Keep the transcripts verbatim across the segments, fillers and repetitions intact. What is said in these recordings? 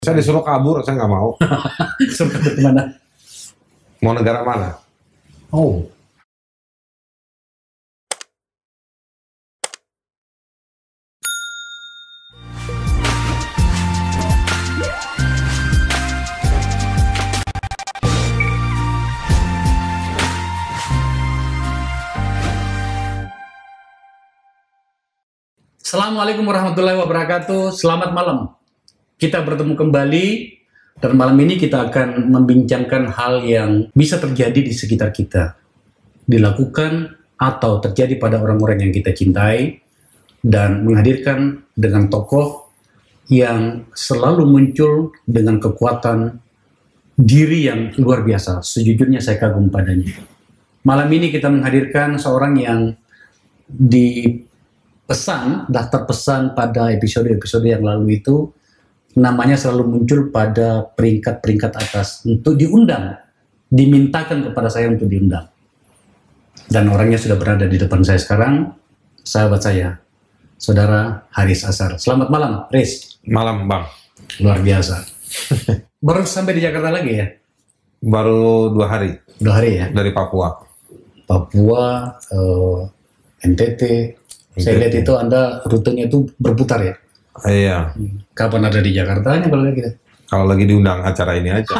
Saya disuruh kabur, saya nggak mau. Suruh kabur kemana? Mau negara mana? Oh. Assalamualaikum warahmatullahi wabarakatuh. Selamat malam. Kita bertemu kembali dan malam ini kita akan membincangkan hal yang bisa terjadi di sekitar kita, dilakukan atau terjadi pada orang-orang yang kita cintai, dan menghadirkan dengan tokoh yang selalu muncul dengan kekuatan diri yang luar biasa. Sejujurnya saya kagum padanya. Malam ini kita menghadirkan seorang yang di pesan, daftar pesan pada episode-episode yang lalu itu namanya selalu muncul pada peringkat-peringkat atas untuk diundang, dimintakan kepada saya untuk diundang. Dan orangnya sudah berada di depan saya sekarang, sahabat saya, Saudara Haris Azhar. Selamat malam, Riz. Malam, Bang. Luar biasa. Baru sampai di Jakarta lagi ya? Baru dua hari. Dua hari ya? Dari Papua. Papua, uh, N T T. Saya lihat itu Anda rutenya itu berputar ya? Iya. Kapan ada di Jakarta nya kalau gitu? Kalau lagi diundang acara ini aja.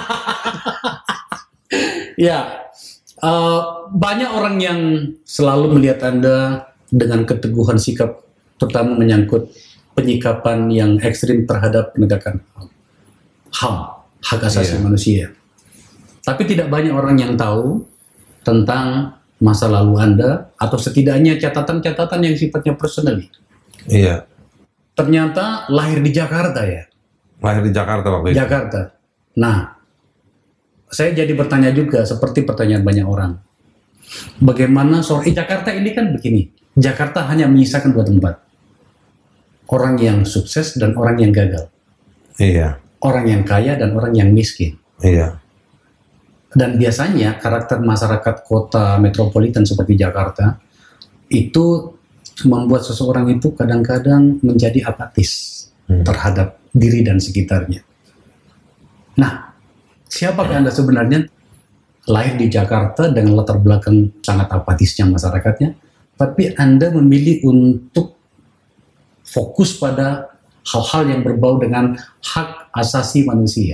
Ya, uh, banyak orang yang selalu melihat Anda dengan keteguhan sikap, terutama menyangkut penyikapan yang ekstrim terhadap penegakan H A M, hak asasi iya. manusia. Tapi tidak banyak orang yang tahu tentang masa lalu Anda, atau setidaknya catatan-catatan yang sifatnya personal. Iya. Ternyata lahir di Jakarta ya? Lahir di Jakarta waktu itu. Jakarta. Nah, saya jadi bertanya juga, seperti pertanyaan banyak orang. Bagaimana soal eh, Jakarta ini kan begini, Jakarta hanya menyisakan dua tempat. Orang yang sukses dan orang yang gagal. Iya. Orang yang kaya dan orang yang miskin. Iya. Dan biasanya karakter masyarakat kota metropolitan seperti Jakarta itu membuat seseorang itu kadang-kadang menjadi apatis hmm. terhadap diri dan sekitarnya. Nah, siapakah Anda sebenarnya? Lahir di Jakarta dengan latar belakang sangat apatisnya masyarakatnya, tapi Anda memilih untuk fokus pada hal-hal yang berbau dengan hak asasi manusia.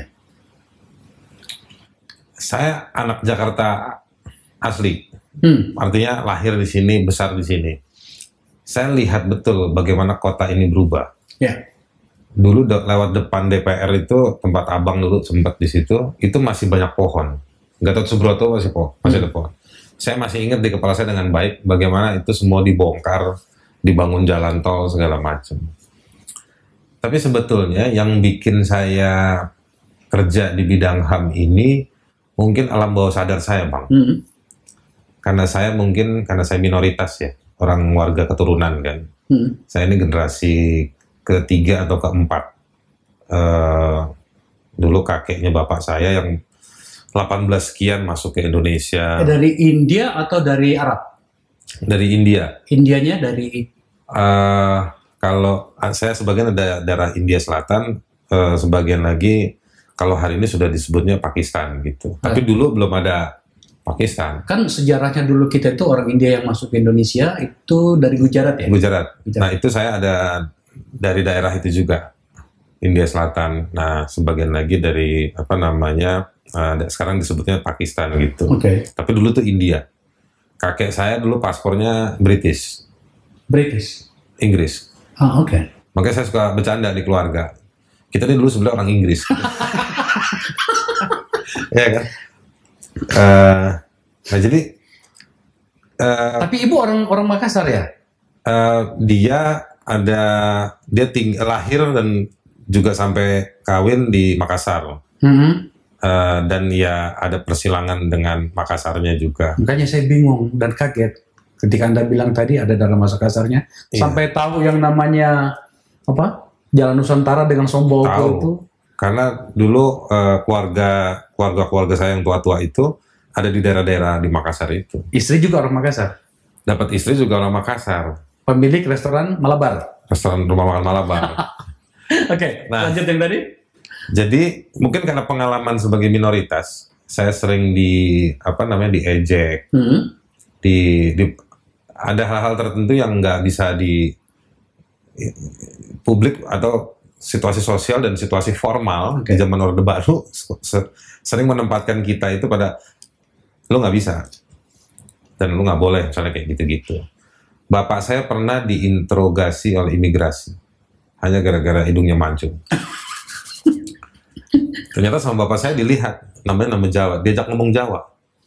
Saya anak Jakarta asli, Hmm. artinya lahir di sini, besar di sini. Saya lihat betul bagaimana kota ini berubah. Ya. Dulu de- lewat depan D P R itu, tempat abang dulu sempat di situ, itu masih banyak pohon. Gatot Subroto masih pohon, masih ada pohon. Saya masih ingat di kepala saya dengan baik bagaimana itu semua dibongkar, dibangun jalan tol segala macam. Tapi sebetulnya yang bikin saya kerja di bidang H A M ini mungkin alam bawah sadar saya, Bang. Hmm. Karena saya mungkin, karena saya minoritas ya, orang warga keturunan kan. Hmm. Saya ini generasi ketiga atau keempat. Uh, dulu kakeknya bapak saya yang delapan belas sekian masuk ke Indonesia. Dari India atau dari Arab? Dari India. Indianya dari... Uh, kalau saya sebagian ada daerah India Selatan, uh, sebagian lagi kalau hari ini sudah disebutnya Pakistan gitu. Tapi dulu belum ada Pakistan. Kan sejarahnya dulu kita itu orang India yang masuk ke Indonesia itu dari Gujarat ya? Gujarat. Gujarat. Nah itu saya ada dari daerah itu juga, India Selatan. Nah sebagian lagi dari apa namanya, uh, sekarang disebutnya Pakistan gitu. Oke. Okay. Tapi dulu tuh India. Kakek saya dulu paspornya British. British? Inggris. Ah oke. Okay. Makanya saya suka bercanda di keluarga. Kita ini dulu sebenarnya orang Inggris. Ya kan? Uh, nah jadi uh, tapi ibu orang orang Makassar ya? Uh, dia ada dia ting lahir dan juga sampai kawin di Makassar. Mm-hmm. uh, dan ya ada persilangan dengan Makassarnya juga. Makanya saya bingung dan kaget ketika Anda bilang tadi ada dalam bahasa kasarnya, iya. Sampai tahu yang namanya apa? Jalan Nusantara dengan Sombowo itu. Karena dulu uh, keluarga keluarga-keluarga saya yang tua-tua itu ada di daerah-daerah di Makassar itu. Istri juga orang Makassar. Dapat istri juga orang Makassar. Pemilik restoran Malabar. Restoran rumah makan Malabar. Oke, okay, nah, lanjut yang tadi. Jadi mungkin karena pengalaman sebagai minoritas, saya sering di apa namanya diejek, Hmm. di, di ada hal-hal tertentu yang nggak bisa di publik atau situasi sosial dan situasi formal Oke. di zaman Orde Baru se- sering menempatkan kita itu pada lu nggak bisa dan lu nggak boleh misalnya kayak gitu-gitu. Bapak saya pernah diinterogasi oleh imigrasi hanya gara-gara hidungnya mancung. Ternyata sama bapak saya dilihat namanya nama Jawa, diajak ngomong Jawa.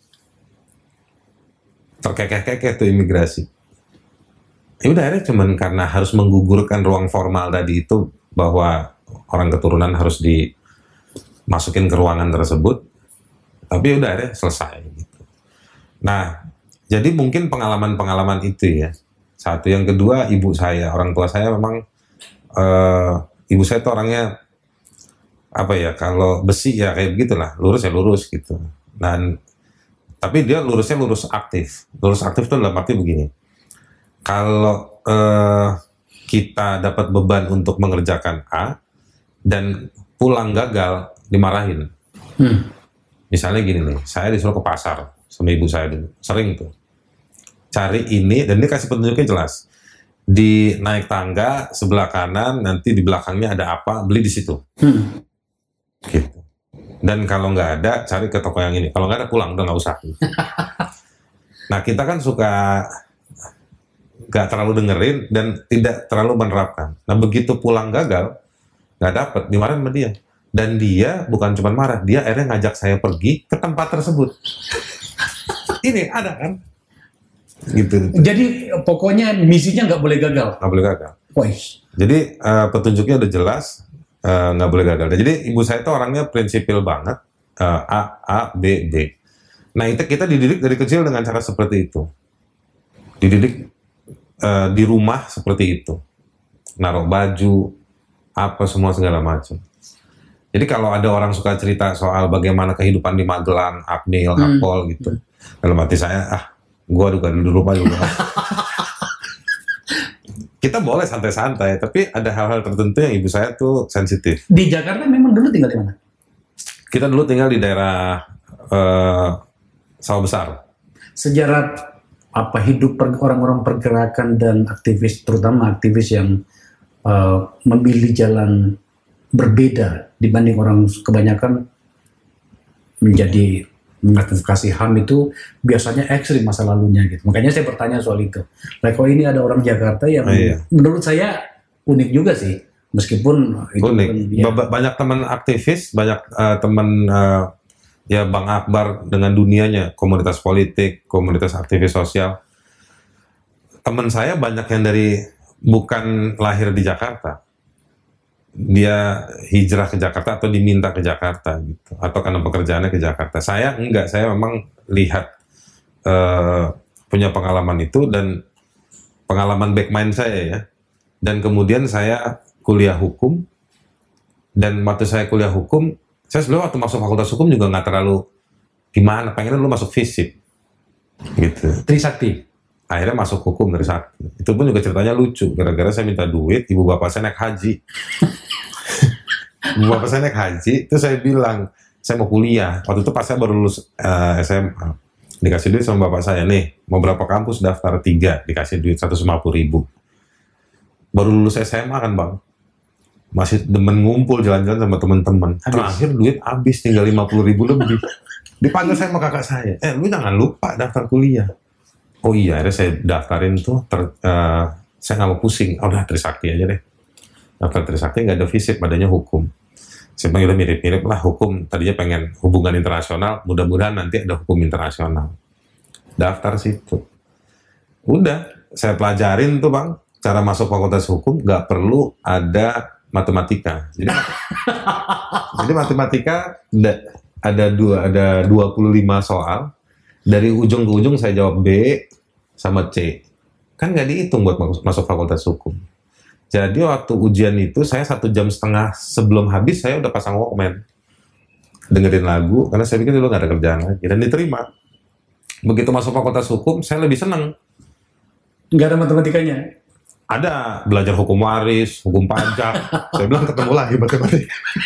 Terkekeh-kekeh tuh imigrasi. Ya udah akhirnya cuman karena harus menggugurkan ruang formal tadi itu bahwa orang keturunan harus dimasukin ke ruangan tersebut. Tapi udah akhirnya selesai gitu. Nah, jadi mungkin pengalaman-pengalaman itu ya. Satu, yang kedua ibu saya, orang tua saya memang eh, ibu saya tuh orangnya apa ya, kalau besi ya kayak begitulah, lurus ya lurus gitu. Dan tapi dia lurusnya lurus aktif. Lurus aktif itu dalam arti begini. Kalau eh, kita dapat beban untuk mengerjakan A dan pulang gagal, dimarahin. Hmm. Misalnya gini nih, saya disuruh ke pasar sama ibu saya dulu, sering tuh. Cari ini, dan dia kasih petunjuknya jelas. Di naik tangga sebelah kanan, nanti di belakangnya ada apa, beli di situ. Hmm. Gitu. Dan kalau nggak ada, cari ke toko yang ini. Kalau nggak ada, pulang, udah nggak usah. Nah, kita kan suka nggak terlalu dengerin dan tidak terlalu menerapkan. Nah, begitu pulang gagal, nggak dapet, dimarahin sama dia. Dan dia bukan cuma marah, dia akhirnya ngajak saya pergi ke tempat tersebut. Ini ada kan? Gitu. Jadi pokoknya misinya nggak boleh gagal. Nggak boleh gagal. Wih. Jadi eh, petunjuknya udah jelas, eh, nggak boleh gagal. Jadi ibu saya itu orangnya prinsipil banget, eh, A, A, B, B. Nah itu kita dididik dari kecil dengan cara seperti itu. Dididik eh, di rumah seperti itu. Naruh baju, apa semua segala macam. Jadi kalau ada orang suka cerita soal bagaimana kehidupan di Magelang, Akmil, Hmm. Akpol gitu, dalam hati saya, ah, gua juga di rumah juga. Kita boleh santai-santai, tapi ada hal-hal tertentu yang ibu saya tuh sensitif. Di Jakarta memang dulu tinggal di mana? Kita dulu tinggal di daerah eh, Sawah Besar. Sejarah apa hidup per- orang-orang pergerakan dan aktivis, terutama aktivis yang uh, memilih jalan berbeda dibanding orang kebanyakan menjadi mengadvokasi H A M itu biasanya ekstrim masa lalunya gitu. Makanya saya bertanya soal itu. Nah, kalau ini ada orang Jakarta yang Oh, iya. menurut saya unik juga sih, meskipun itu Unik. kan, ya, Ba- Banyak teman aktivis, banyak eh, teman eh, ya Bang Akbar dengan dunianya, komunitas politik, komunitas aktivis sosial. Teman saya banyak yang dari bukan lahir di Jakarta. Dia hijrah ke Jakarta atau diminta ke Jakarta gitu, atau karena pekerjaannya ke Jakarta. Saya enggak, saya memang lihat eh, punya pengalaman itu dan pengalaman back mind saya ya. Dan kemudian saya kuliah hukum, dan waktu saya kuliah hukum, saya sebenarnya waktu masuk fakultas hukum juga nggak terlalu gimana, pengennya dulu masuk fisip gitu. Trisakti. Akhirnya masuk hukum dari Sakti. Itu pun juga ceritanya lucu, gara-gara saya minta duit, ibu bapak saya naik haji. Ibu bapak saya naik haji, terus saya bilang, saya mau kuliah. Waktu itu pas saya baru lulus eh, S M A. Dikasih duit sama bapak saya, nih, mau berapa kampus daftar? Tiga, dikasih duit seratus lima puluh ribu. Baru lulus S M A kan bang? Masih demen ngumpul jalan-jalan sama teman-teman. Terakhir duit habis, tinggal lima puluh ribu lebih. Dipanggil saya sama kakak saya, eh lu jangan lupa daftar kuliah. Oh iya, akhirnya saya daftarin tuh, ter, uh, saya nggak mau pusing, oh, udah Trisakti aja deh. Daftar Trisakti nggak ada fisip, adanya hukum. Saya panggil mirip-mirip lah hukum, tadinya pengen hubungan internasional, mudah-mudahan nanti ada hukum internasional. Daftar situ. Udah, saya pelajarin tuh bang, cara masuk fakultas hukum nggak perlu ada matematika. Jadi, jadi matematika ada, ada dua, ada dua puluh lima soal. Dari ujung ke ujung saya jawab B sama C. Kan nggak dihitung buat masuk fakultas hukum. Jadi waktu ujian itu saya satu jam setengah sebelum habis saya udah pasang Walkman. Dengerin lagu, karena saya pikir dulu nggak ada kerjaan lagi. Dan diterima. Begitu masuk fakultas hukum, saya lebih seneng. Nggak ada matematikanya. Ada belajar hukum waris, hukum pajak. Saya bilang ketemu lagi matematika.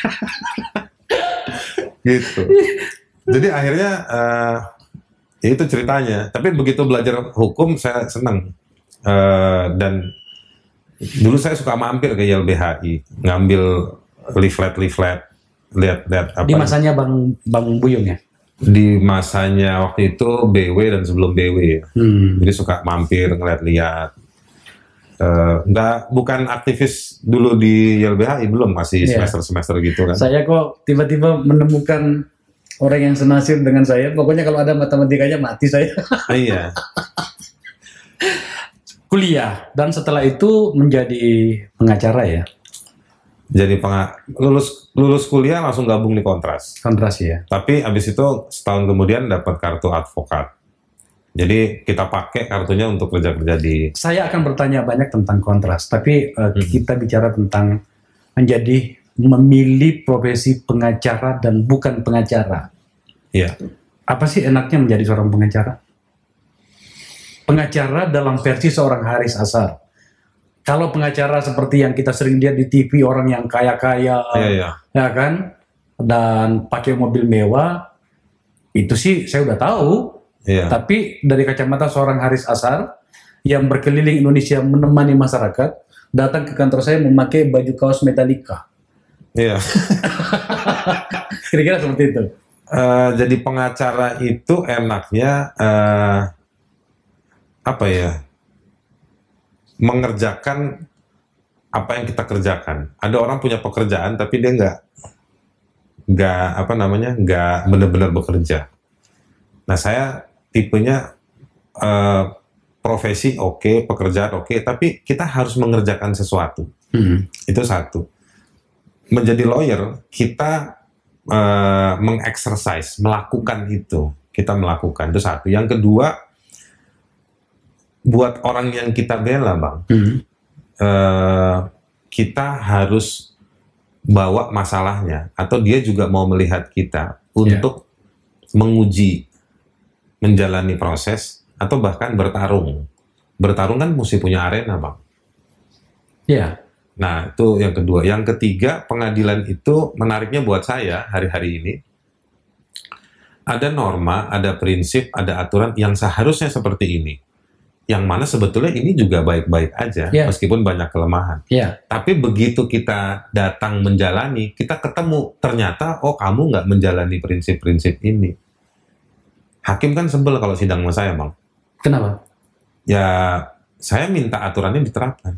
Gitu. Jadi akhirnya uh, ya itu ceritanya. Tapi begitu belajar hukum saya senang. Uh, dan dulu saya suka mampir ke Y L B H I, ngambil leaflet-leaflet, lihat-lihat apa. Di masanya Bang Bang Buyung ya? Di masanya waktu itu B W dan sebelum B W. Hmm. Jadi suka mampir ngeliat-lihat. Uh, nggak bukan aktivis dulu di Y L B H I, belum, masih semester-semester gitu kan. Saya kok tiba-tiba menemukan orang yang senasib dengan saya. Pokoknya kalau ada matematikanya mati saya. Iya. Kuliah dan setelah itu menjadi pengacara ya. Jadi penga lulus lulus kuliah langsung gabung di Kontras. Kontras ya. Tapi abis itu setahun kemudian dapat kartu advokat. Jadi kita pakai kartunya untuk kerja-kerja di... Saya akan bertanya banyak tentang Kontras, tapi uh, hmm. kita bicara tentang menjadi memilih profesi pengacara dan bukan pengacara. Iya. Apa sih enaknya menjadi seorang pengacara? Pengacara dalam versi seorang Haris Azhar. Kalau pengacara seperti yang kita sering lihat di T V, orang yang kaya-kaya, iya, iya. ya kan, dan pakai mobil mewah, itu sih saya udah tahu. Iya. Tapi dari kacamata seorang Haris Azhar yang berkeliling Indonesia menemani masyarakat, datang ke kantor saya memakai baju kaos Metallica. Iya. Kira-kira seperti itu. Uh, jadi pengacara itu enaknya uh, apa ya? Mengerjakan apa yang kita kerjakan. Ada orang punya pekerjaan tapi dia nggak nggak apa namanya nggak benar-benar bekerja. Nah saya tipenya uh, profesi oke, okay, pekerjaan oke, okay, tapi kita harus mengerjakan sesuatu. Hmm. Itu satu. Menjadi lawyer, kita uh, mengexercise, melakukan itu. Kita melakukan, itu satu. Yang kedua, buat orang yang kita bela, Bang, hmm. uh, kita harus bawa masalahnya, atau dia juga mau melihat kita untuk yeah. menguji, menjalani proses, atau bahkan bertarung. Bertarung kan mesti punya arena, Bang. Iya. Yeah. Nah, itu yang kedua. Yang ketiga, pengadilan itu menariknya buat saya hari-hari ini. Ada norma, ada prinsip, ada aturan yang seharusnya seperti ini. Yang mana sebetulnya ini juga baik-baik aja, yeah. meskipun banyak kelemahan. Yeah. Tapi begitu kita datang menjalani, kita ketemu, ternyata, oh kamu nggak menjalani prinsip-prinsip ini. Hakim kan sebel kalau sidang sama saya, Bang. Kenapa? Ya, saya minta aturannya diterapkan.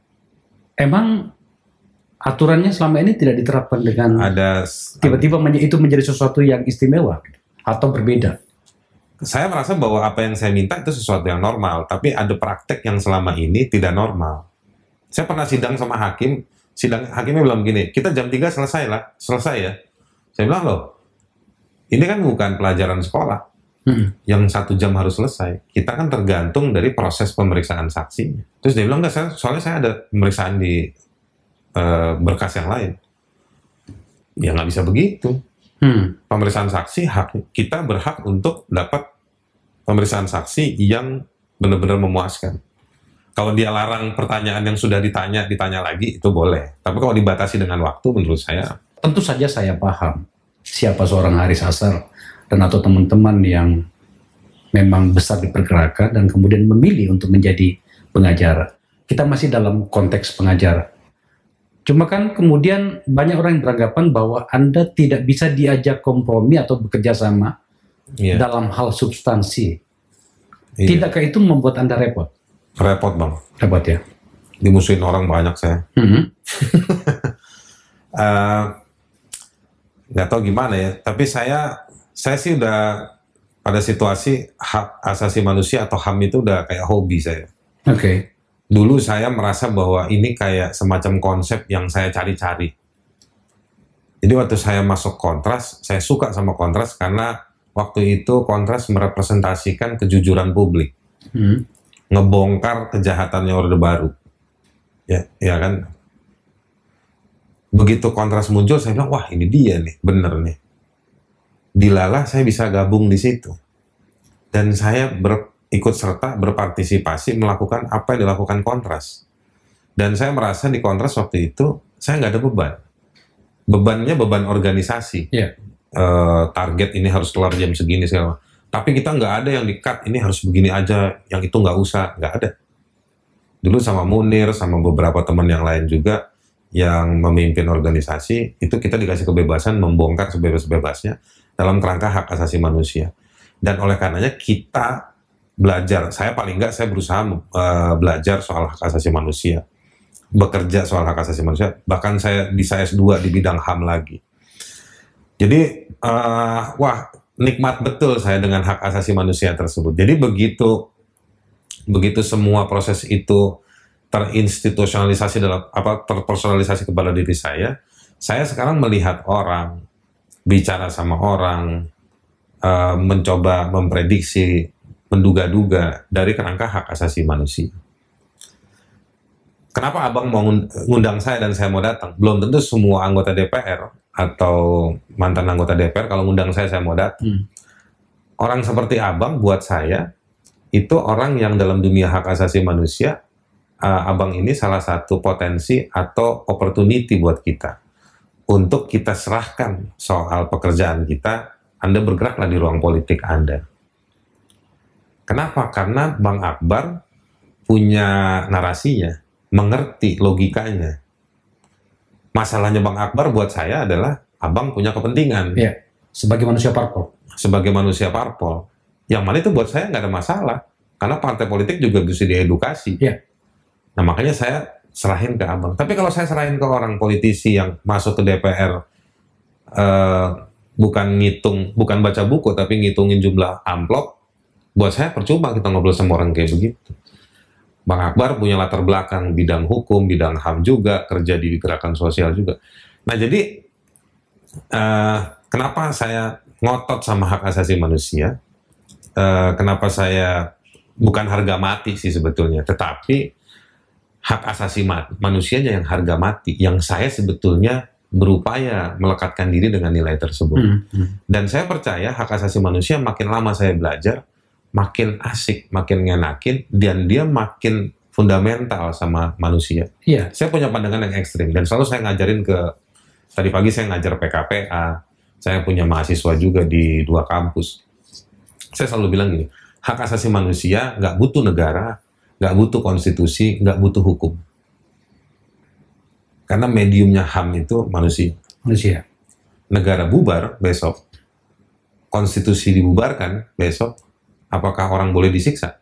Emang aturannya selama ini tidak diterapkan dengan ada tiba-tiba itu menjadi sesuatu yang istimewa atau berbeda? Saya merasa bahwa apa yang saya minta itu sesuatu yang normal, tapi ada praktek yang selama ini tidak normal. Saya pernah sidang sama hakim, sidang hakimnya bilang begini, kita jam tiga selesai lah, selesai ya. Saya bilang, loh, ini kan bukan pelajaran sekolah. Hmm. Yang satu jam harus selesai. Kita kan tergantung dari proses pemeriksaan saksinya. Terus dia bilang, enggak, saya, soalnya saya ada pemeriksaan di uh, berkas yang lain. Ya nggak bisa begitu. Hmm. Pemeriksaan saksi, hak kita berhak untuk dapat pemeriksaan saksi yang benar-benar memuaskan. Kalau dia larang pertanyaan yang sudah ditanya, ditanya lagi, itu boleh. Tapi kalau dibatasi dengan waktu, menurut saya... Tentu saja saya paham siapa seorang Haris Azhar dan atau teman-teman yang memang besar di pergerakan dan kemudian memilih untuk menjadi pengacara. Kita masih dalam konteks pengacara. Cuma kan kemudian banyak orang yang beranggapan bahwa Anda tidak bisa diajak kompromi atau bekerja sama yeah. dalam hal substansi. Yeah. Tidakkah itu membuat Anda repot? Repot, Bang. Repot ya? Dimusuhin orang banyak saya. Mm-hmm. uh, gak tahu gimana ya, tapi saya Saya sih udah pada situasi hak asasi manusia atau H A M itu udah kayak hobi saya. Oke. Okay. Dulu saya merasa bahwa ini kayak semacam konsep yang saya cari-cari. Jadi waktu saya masuk Kontras, saya suka sama Kontras karena waktu itu Kontras merepresentasikan kejujuran publik. Hmm. Ngebongkar kejahatannya Orde Baru. Ya, ya kan? Begitu Kontras muncul, saya bilang, wah ini dia nih, bener nih. Dilalah saya bisa gabung di situ. Dan saya ber, ikut serta berpartisipasi melakukan apa yang dilakukan Kontras. Dan saya merasa di kontras waktu itu saya nggak ada beban. Bebannya beban organisasi. Iya. Eh, target ini harus kelar jam segini segala. Tapi kita nggak ada yang di-cut, ini harus begini aja, yang itu nggak usah, nggak ada. Dulu sama Munir, sama beberapa teman yang lain juga yang memimpin organisasi, itu kita dikasih kebebasan membongkar sebebas-bebasnya dalam kerangka hak asasi manusia. Dan oleh karenanya kita belajar, saya paling nggak saya berusaha uh, belajar soal hak asasi manusia, bekerja soal hak asasi manusia, bahkan saya bisa S dua di bidang H A M lagi. Jadi, uh, wah, nikmat betul saya dengan hak asasi manusia tersebut. Jadi begitu begitu semua proses itu terinstitusionalisasi dalam apa terpersonalisasi kepada diri saya, saya sekarang melihat orang, bicara sama orang, uh, mencoba memprediksi, menduga-duga dari kerangka hak asasi manusia. Kenapa abang mau ngundang saya dan saya mau datang? Belum tentu semua anggota D P R atau mantan anggota D P R kalau ngundang saya, saya mau datang. Hmm. Orang seperti abang buat saya, itu orang yang dalam dunia hak asasi manusia, uh, abang ini salah satu potensi atau opportunity buat kita. Untuk kita serahkan soal pekerjaan kita, Anda bergeraklah di ruang politik Anda. Kenapa? Karena Bang Akbar punya narasinya, mengerti logikanya. Masalahnya Bang Akbar buat saya adalah abang punya kepentingan. Iya, sebagai manusia parpol. Sebagai manusia parpol. Yang mana itu buat saya nggak ada masalah. Karena partai politik juga bisa diedukasi. Iya. Nah makanya saya serahin ke abang. Tapi kalau saya serahin ke orang politisi yang masuk ke D P R, uh, bukan ngitung, bukan baca buku, tapi ngitungin jumlah amplop, buat saya percuma kita ngobrol sama orang kayak begitu. Bang Akbar punya latar belakang bidang hukum, bidang H A M juga, kerja di gerakan sosial juga. Nah jadi, uh, kenapa saya ngotot sama hak asasi manusia? Uh, kenapa saya, bukan harga mati sih sebetulnya, tetapi hak asasi ma- manusianya yang harga mati, yang saya sebetulnya berupaya melekatkan diri dengan nilai tersebut. Hmm, hmm. Dan saya percaya hak asasi manusia makin lama saya belajar, makin asik, makin ngenakin, dan dia makin fundamental sama manusia. Iya. Saya punya pandangan yang ekstrim, dan selalu saya ngajarin ke, tadi pagi saya ngajar P K P A, saya punya mahasiswa juga di dua kampus. Saya selalu bilang gini, hak asasi manusia nggak butuh negara, nggak butuh konstitusi, nggak butuh hukum. Karena mediumnya H A M itu manusia. Manusia. Negara bubar besok, konstitusi dibubarkan besok, apakah orang boleh disiksa?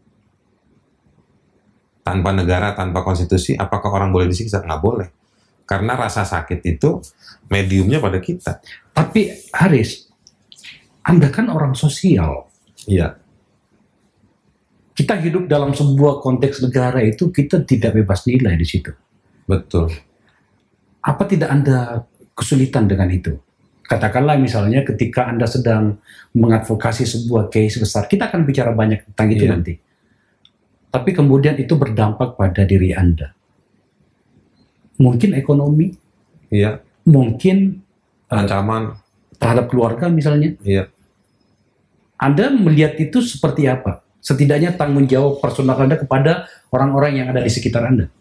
Tanpa negara, tanpa konstitusi, apakah orang boleh disiksa? Nggak boleh. Karena rasa sakit itu mediumnya pada kita. Tapi Haris, Anda kan orang sosial. Iya. Kita hidup dalam sebuah konteks negara itu, kita tidak bebas nilai di situ. Betul. Apa tidak Anda kesulitan dengan itu? Katakanlah misalnya ketika Anda sedang mengadvokasi sebuah case besar, kita akan bicara banyak tentang itu iya. nanti. Tapi kemudian itu berdampak pada diri Anda. Mungkin ekonomi, iya. mungkin ancaman terhadap keluarga misalnya. Iya. Anda melihat itu seperti apa? Setidaknya tanggung jawab personal Anda kepada orang-orang yang ada di sekitar Anda.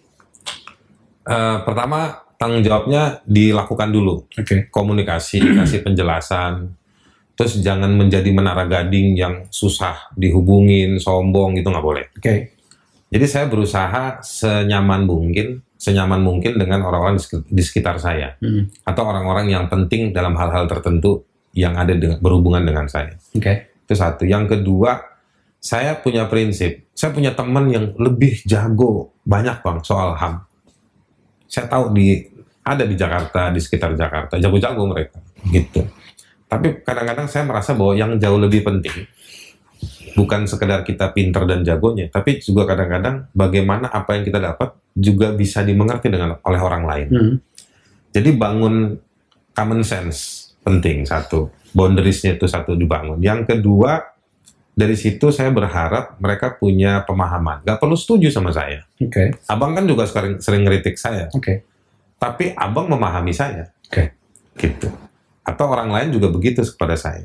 Uh, pertama, tanggung jawabnya dilakukan dulu. Okay. Komunikasi, kasih penjelasan. Terus jangan menjadi menara gading yang susah dihubungin, sombong, gitu nggak boleh. Okay. Jadi saya berusaha senyaman mungkin, senyaman mungkin dengan orang-orang di sekitar saya. Hmm. Atau orang-orang yang penting dalam hal-hal tertentu yang ada dengan, berhubungan dengan saya. Okay. Itu satu. Yang kedua, saya punya prinsip. Saya punya teman yang lebih jago, banyak bang, soal H A M. Saya tahu di ada di Jakarta, di sekitar Jakarta, jago-jago mereka, gitu. Tapi kadang-kadang saya merasa bahwa yang jauh lebih penting bukan sekedar kita pinter dan jagonya, tapi juga kadang-kadang bagaimana apa yang kita dapat juga bisa dimengerti dengan oleh orang lain. Hmm. Jadi bangun common sense penting satu, boundariesnya itu satu dibangun. Yang kedua, dari situ saya berharap mereka punya pemahaman. Gak perlu setuju sama saya. Okay. Abang kan juga sering, sering ngeritik saya. Okay. Tapi abang memahami saya. Okay. Gitu. Atau orang lain juga begitu kepada saya.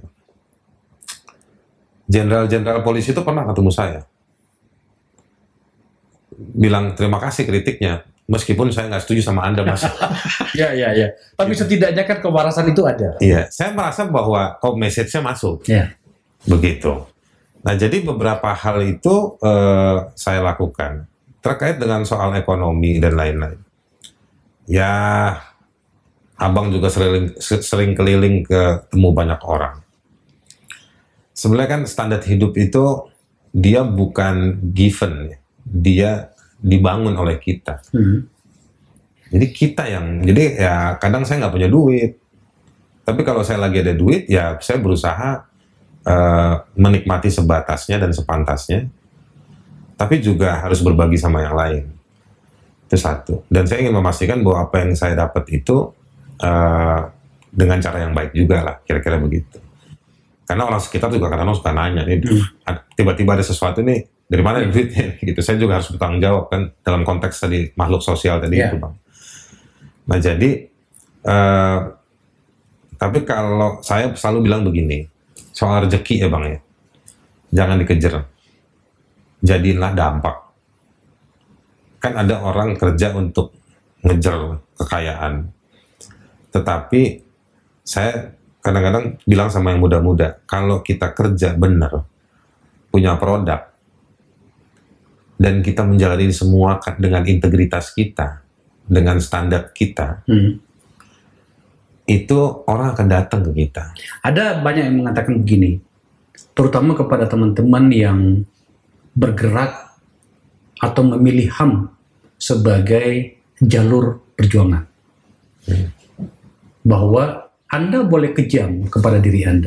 Jenderal-jenderal polisi itu pernah ketemu saya. bilang terima kasih kritiknya, meskipun saya nggak setuju sama Anda, Mas. Ya, ya, ya. Tapi setidaknya kan kewarasan itu ada. Iya, saya merasa bahwa kok message-nya masuk. Ya. Begitu. Nah, jadi beberapa hal itu eh, saya lakukan terkait dengan soal ekonomi dan lain-lain. Ya, abang juga sering, sering keliling ke temu banyak orang. Sebenarnya kan standar hidup itu dia bukan given, dia dibangun oleh kita. Hmm. Jadi kita yang, jadi ya kadang saya nggak punya duit. Tapi kalau saya lagi ada duit, ya saya berusaha uh, menikmati sebatasnya dan sepantasnya. Tapi juga harus berbagi sama yang lain. Itu satu. Dan saya ingin memastikan bahwa apa yang saya dapat itu Uh, dengan cara yang baik juga lah, kira-kira begitu. Karena orang sekitar juga kadang-kadang suka nanya, nih hmm. tiba-tiba ada sesuatu nih, dari mana hmm. duitnya? Gitu. Saya juga harus bertanggung jawab kan dalam konteks tadi makhluk sosial tadi yeah. itu, Bang. Nah jadi, uh, tapi kalau saya selalu bilang begini, soal rezeki ya Bang ya, jangan dikejar, jadilah dampak. Kan ada orang kerja untuk ngejar kekayaan. Tetapi saya kadang-kadang bilang sama yang muda-muda, kalau kita kerja benar, punya produk, dan kita menjalani semua dengan integritas kita, dengan standar kita, hmm. itu orang akan datang ke kita. Ada banyak yang mengatakan begini, terutama kepada teman-teman yang bergerak atau memilih H A M sebagai jalur perjuangan. Hmm. Bahwa Anda boleh kejam kepada diri Anda,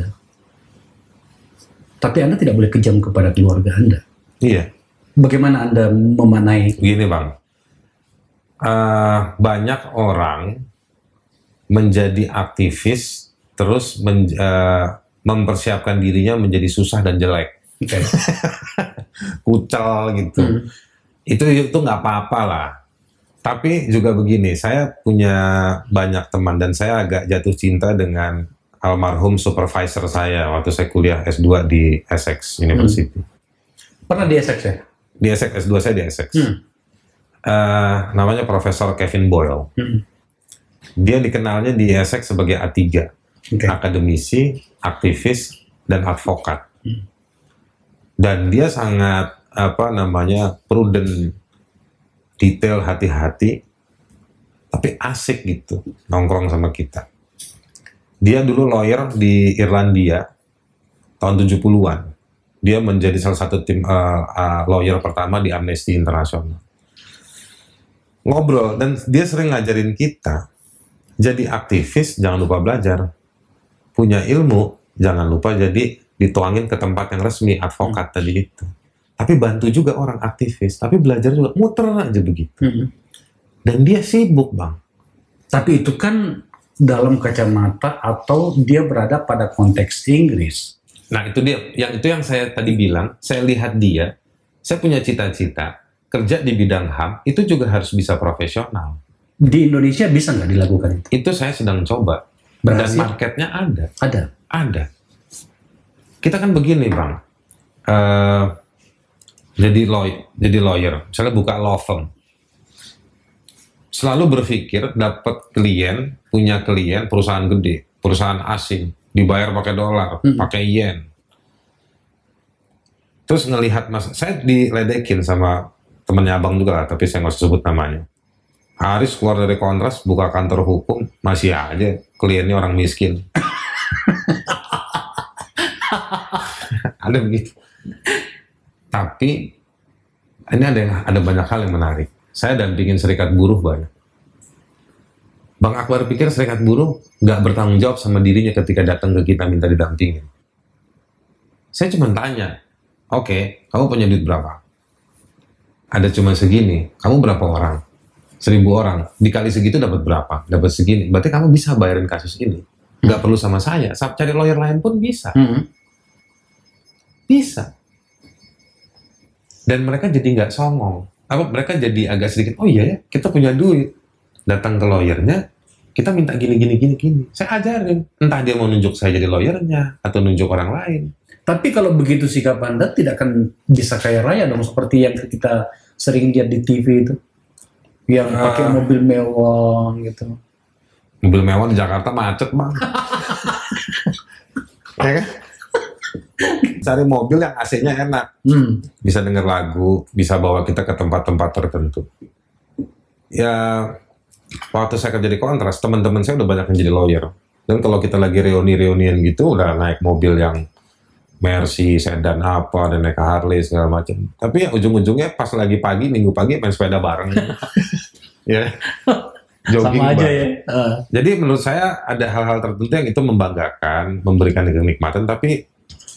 tapi Anda tidak boleh kejam kepada keluarga Anda. Iya. Bagaimana Anda memanai? Gini Bang, uh, banyak orang menjadi aktivis terus men, uh, mempersiapkan dirinya menjadi susah dan jelek, okay. Kucel gitu. Hmm. Itu itu nggak apa-apa lah. Tapi juga begini, saya punya banyak teman dan saya agak jatuh cinta dengan almarhum supervisor saya waktu saya kuliah S dua di Essex University. Hmm. Pernah di Essex ya? Di Essex, S dua saya di Essex. Hmm. Uh, namanya Profesor Kevin Boyle. Hmm. Dia dikenalnya di Essex sebagai A tiga, okay. Akademisi, aktivis, dan advokat. Hmm. Dan dia sangat apa namanya prudent, detail, hati-hati, tapi asik gitu nongkrong sama kita. Dia dulu lawyer di Irlandia tahun tujuh puluhan. Dia menjadi salah satu tim uh, uh, lawyer pertama di Amnesty International. Ngobrol dan dia sering ngajarin kita jadi aktivis, jangan lupa belajar. Punya ilmu, jangan lupa jadi dituangin ke tempat yang resmi, advokat hmm. tadi itu. Tapi bantu juga orang aktivis, tapi belajar juga, muter aja begitu. Hmm. Dan dia sibuk, Bang. Tapi itu kan dalam kacamata atau dia berada pada konteks Inggris. Nah, itu dia. Yang itu yang saya tadi bilang, saya lihat dia, saya punya cita-cita, kerja di bidang H A M, itu juga harus bisa profesional. Di Indonesia bisa nggak dilakukan itu? Itu saya sedang coba. Berhasil? Dan marketnya ada. Ada? Ada. Kita kan begini, Bang. Uh, Jadi lawyer, jadi lawyer, misalnya buka law firm, selalu berpikir dapat klien, punya klien, perusahaan gede, perusahaan asing, dibayar pakai dolar, hmm. pakai yen. Terus ngelihat mas, saya diledekin sama temennya abang juga lah, tapi saya nggak usah sebut namanya. Haris keluar dari Kontras, buka kantor hukum, masih aja kliennya orang miskin. Ada begitu. Tapi ini ada yang, ada banyak hal yang menarik. Saya dampingin serikat buruh banyak. Bang Akbar pikir serikat buruh nggak bertanggung jawab sama dirinya ketika datang ke kita minta didampingin. Saya cuma tanya, oke, okay, kamu punya duit berapa? Ada cuma segini. Kamu berapa orang? Seribu orang. Dikali segitu dapat berapa? Dapat segini. Berarti kamu bisa bayarin kasus ini. Nggak perlu sama saya. Saat cari lawyer lain pun bisa. Hmm. Bisa. Dan mereka jadi nggak songong. Apa mereka jadi agak sedikit, oh iya ya, kita punya duit. Datang ke lawyernya, kita minta gini, gini, gini, gini. Saya ajarin. Entah dia mau nunjuk saya jadi lawyernya, atau nunjuk orang lain. Tapi kalau begitu sikap Anda tidak akan bisa kaya raya dong, seperti yang kita sering lihat di T V itu, yang Ah. pakai mobil mewah gitu. Mobil mewah di Jakarta macet bang. Ya kan? Cari mobil yang A C-nya enak, Hmm. bisa denger lagu, bisa bawa kita ke tempat-tempat tertentu. Ya, waktu saya kerja di Kontras, teman-teman saya udah banyak yang jadi lawyer. Dan kalau kita lagi reuni-reunian gitu, udah naik mobil yang Mercy, sedan apa, dan naik Harley segala macam. Tapi ya ujung-ujungnya pas lagi pagi, minggu pagi main sepeda bareng. Ya, jogging Sama aja bareng. ya. Uh. Jadi menurut saya ada hal-hal tertentu yang itu membanggakan, memberikan kenikmatan, tapi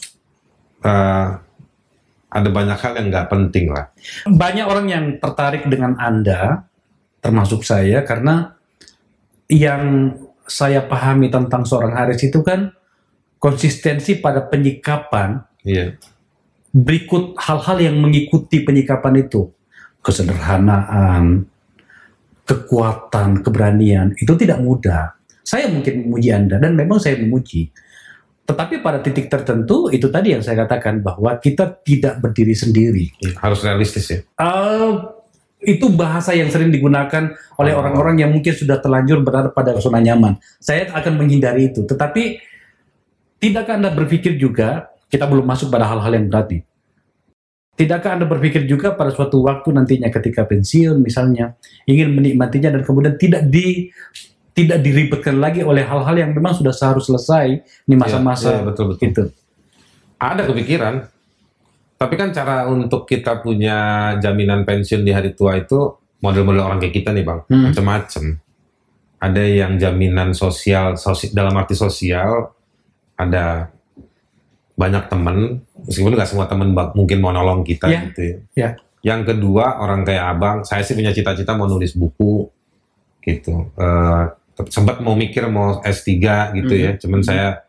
uh, ada banyak hal yang nggak penting lah. Banyak orang yang tertarik dengan Anda, termasuk saya, karena yang saya pahami tentang seorang Haris itu kan konsistensi pada penyikapan. Iya. Berikut hal-hal yang mengikuti penyikapan itu, kesederhanaan, kekuatan, keberanian, itu tidak mudah. Saya mungkin memuji Anda, dan memang saya memuji. Tetapi pada titik tertentu, itu tadi yang saya katakan, bahwa kita tidak berdiri sendiri. Harus realistis ya. Uh, itu bahasa yang sering digunakan oleh Oh. orang-orang yang mungkin sudah terlanjur berada pada zona nyaman. Saya akan menghindari itu. Tetapi, tidakkah Anda berpikir juga, kita belum masuk pada hal-hal yang berat nih. Tidakkah Anda berpikir juga pada suatu waktu nantinya ketika pensiun misalnya, ingin menikmatinya dan kemudian tidak di tidak diribetkan lagi oleh hal-hal yang memang sudah seharusnya selesai di masa-masa Iya, iya, betul, betul. itu. Ada kepikiran. Tapi kan cara untuk kita punya jaminan pensiun di hari tua itu model-model orang kayak kita nih bang, Hmm. macam-macam. Ada yang jaminan sosial, sosi- dalam arti sosial, ada banyak temen, meskipun nggak semua temen bak- mungkin mau nolong kita Ya, gitu ya. ya. Yang kedua orang kayak abang, saya sih punya cita-cita mau nulis buku gitu. Eh, sempat mau mikir mau S tiga gitu ya, Mhm. cuman saya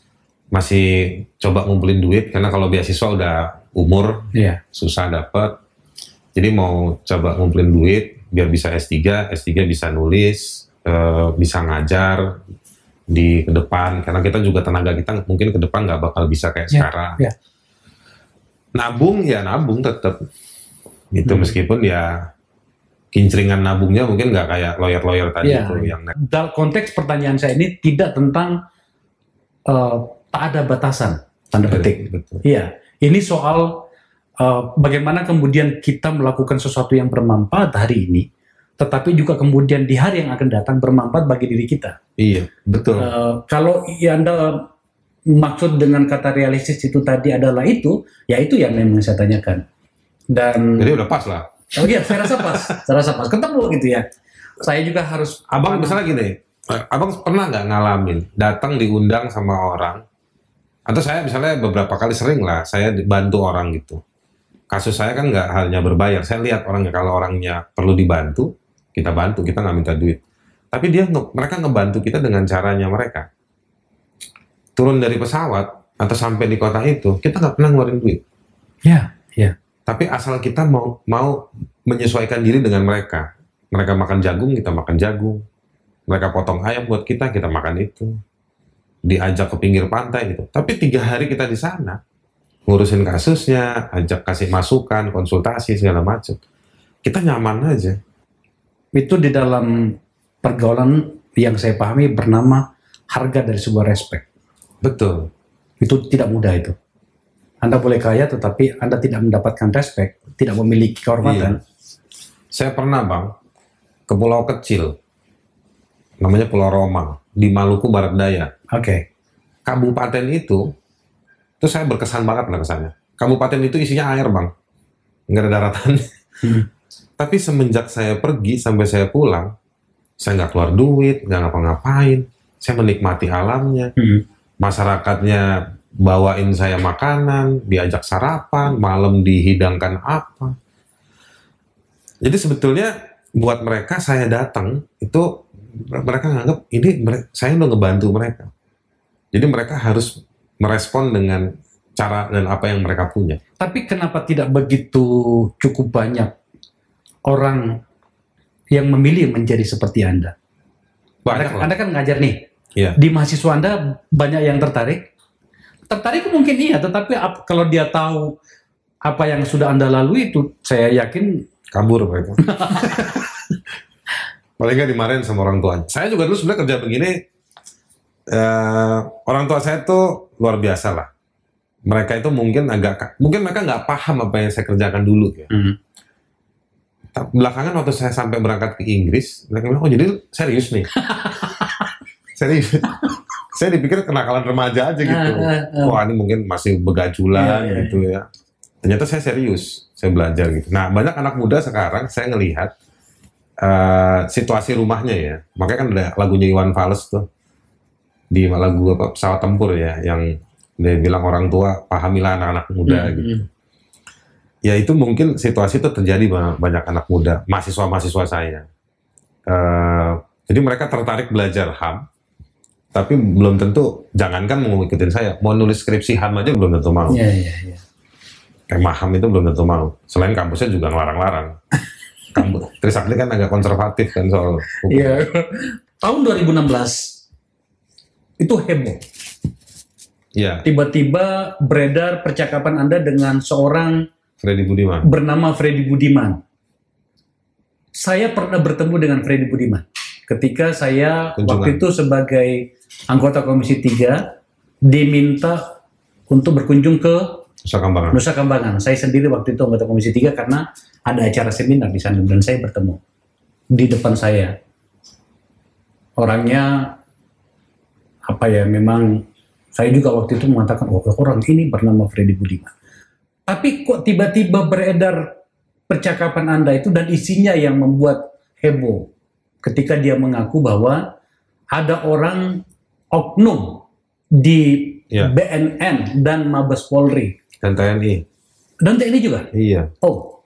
masih coba ngumpulin duit karena kalau beasiswa udah umur Iya. susah dapet. Jadi mau coba ngumpulin duit biar bisa S tiga, S tiga bisa nulis, eh, bisa ngajar di ke depan karena kita juga tenaga kita mungkin ke depan nggak bakal bisa kayak Ya, sekarang. ya. Nabung ya nabung tetap gitu Hmm. meskipun ya kincringan nabungnya mungkin nggak kayak lawyer-lawyer tadi Ya. tuh yang Dalam konteks pertanyaan saya ini tidak tentang eh, tak ada batasan, tanda petik. Betul. Iya, ini soal eh, bagaimana kemudian kita melakukan sesuatu yang bermanfaat hari ini, tetapi juga kemudian di hari yang akan datang bermanfaat bagi diri kita. Iya, betul. Eh, kalau ya Anda maksud dengan kata realistis itu tadi adalah itu, ya itu yang memang saya tanyakan. Dan Jadi udah pas lah. oh iya, saya rasa pas, saya rasa pas ketemu gitu ya. Saya juga harus Abang misalnya gini, eh, abang pernah nggak ngalamin datang diundang sama orang, atau saya misalnya beberapa kali sering lah, saya dibantu orang gitu. Kasus saya kan nggak hanya berbayar, saya lihat orangnya kalau orangnya perlu dibantu, kita bantu, kita nggak minta duit. Tapi dia nge- mereka ngebantu kita dengan caranya mereka. Turun dari pesawat atau sampai di kota itu, kita nggak pernah ngeluarin duit. ya, ya. Tapi asal kita mau mau menyesuaikan diri dengan mereka. Mereka makan jagung, kita makan jagung. Mereka potong ayam buat kita, kita makan itu. Diajak ke pinggir pantai gitu. Tapi tiga hari kita di sana, ngurusin kasusnya, ajak kasih masukan, konsultasi segala macam. Kita nyaman aja. Itu di dalam pergaulan yang saya pahami bernama harga dari sebuah respect. Betul. Itu tidak mudah itu. Anda boleh kaya tetapi Anda tidak mendapatkan respect, tidak memiliki kehormatan. Saya pernah bang ke pulau kecil, namanya Pulau Romang di Maluku Barat Daya. Oke. Kabupaten itu, itu saya berkesan banget lah kesannya. Kabupaten itu isinya air bang, nggak ada daratan. Hmm. Tapi semenjak saya pergi sampai saya pulang, saya nggak keluar duit, nggak ngapa-ngapain. Saya menikmati alamnya, Hmm. masyarakatnya bawain saya makanan, diajak sarapan, malam dihidangkan apa. Jadi sebetulnya buat mereka saya datang itu mereka nganggap ini mere- saya udah ngebantu mereka. Jadi mereka harus merespon dengan cara dan apa yang mereka punya. Tapi kenapa tidak begitu cukup banyak orang yang memilih menjadi seperti Anda? Banyak Anda, loh. Anda kan ngajar nih. Iya. Di mahasiswa Anda banyak yang tertarik. Tertarik mungkin iya, tetapi ap- kalau dia tahu apa yang sudah Anda lalui itu, saya yakin kabur mereka. Paling nggak dimarahin sama orang tuanya. Saya juga dulu sebenarnya kerja begini, eh, orang tua saya tuh luar biasa lah. Mereka itu mungkin agak, mungkin mereka nggak paham apa yang saya kerjakan dulu ya. Hmm. Belakangan waktu saya sampai berangkat ke Inggris, mereka bilang, oh jadi serius nih. Serius. Saya dipikir kenakalan remaja aja gitu. Uh, uh, uh. Wah ini mungkin masih begajulan yeah, yeah, gitu ya. Ternyata saya serius, saya belajar gitu. Nah banyak anak muda sekarang saya ngelihat uh, situasi rumahnya ya. Makanya kan ada lagunya Iwan Fals tuh di lagu apa pesawat tempur ya, yang dia bilang orang tua pahamilah anak-anak muda hmm, gitu. Hmm. Ya itu mungkin situasi itu terjadi banyak anak muda, mahasiswa-mahasiswa saya. Uh, jadi mereka tertarik belajar H A M. Tapi belum tentu, jangankan mau ngikutin saya, mau nulis skripsi H A M aja belum tentu mau. Iya, iya, iya. Kayak Maham itu belum tentu mau. Selain kampusnya juga ngelarang-larang. Kampus Trisakti kan agak konservatif kan soal hukum. Iya. Tahun dua ribu enam belas itu heboh. Iya. Tiba-tiba beredar percakapan Anda dengan seorang Freddy Budiman. bernama Freddy Budiman. Saya pernah bertemu dengan Freddy Budiman ketika saya Kunjungan. waktu itu sebagai anggota Komisi tiga diminta untuk berkunjung ke Nusa Kambangan. Nusa Kambangan. Saya sendiri waktu itu anggota Komisi tiga karena ada acara seminar di sana dan saya bertemu. Di depan saya orangnya apa ya, memang saya juga waktu itu mengatakan, oh orang ini bernama Freddy Budiman. Tapi kok tiba-tiba beredar percakapan Anda itu dan isinya yang membuat heboh ketika dia mengaku bahwa ada orang oknum di Ya. B N N dan Mabes Polri Dan T N I. dan T N I juga. Iya. Oh,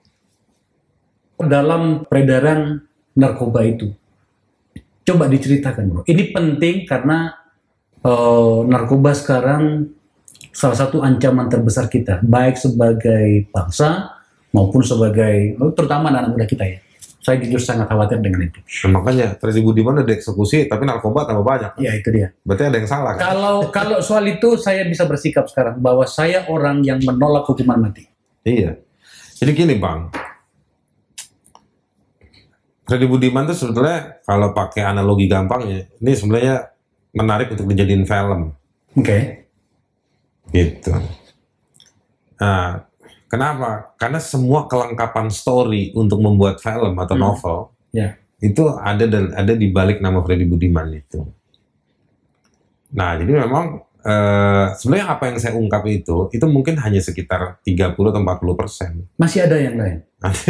dalam peredaran narkoba itu, coba diceritakan bro. Ini penting karena uh, narkoba sekarang salah satu ancaman terbesar kita, baik sebagai bangsa maupun sebagai, terutama anak muda kita ya. Saya jujur sangat khawatir dengan itu. Nah, makanya Freddy Budiman udah dieksekusi, tapi narkoba tambah banyak. Ya itu dia. Berarti ada yang salah kan? Kalau kalau soal itu saya bisa bersikap sekarang bahwa saya orang yang menolak hukuman mati. Iya. Jadi gini bang, Freddy Budiman itu sebetulnya kalau pakai analogi gampangnya, ini sebenarnya menarik untuk dijadiin film. Oke. Okay. Gitu. Nah, kenapa? Karena semua kelengkapan story untuk membuat film atau Hmm. novel Ya. itu ada dan ada di balik nama Freddy Budiman itu. Nah, jadi memang eh, sebenarnya apa yang saya ungkap itu itu mungkin hanya sekitar tiga puluh atau empat puluh persen. Masih ada yang lain.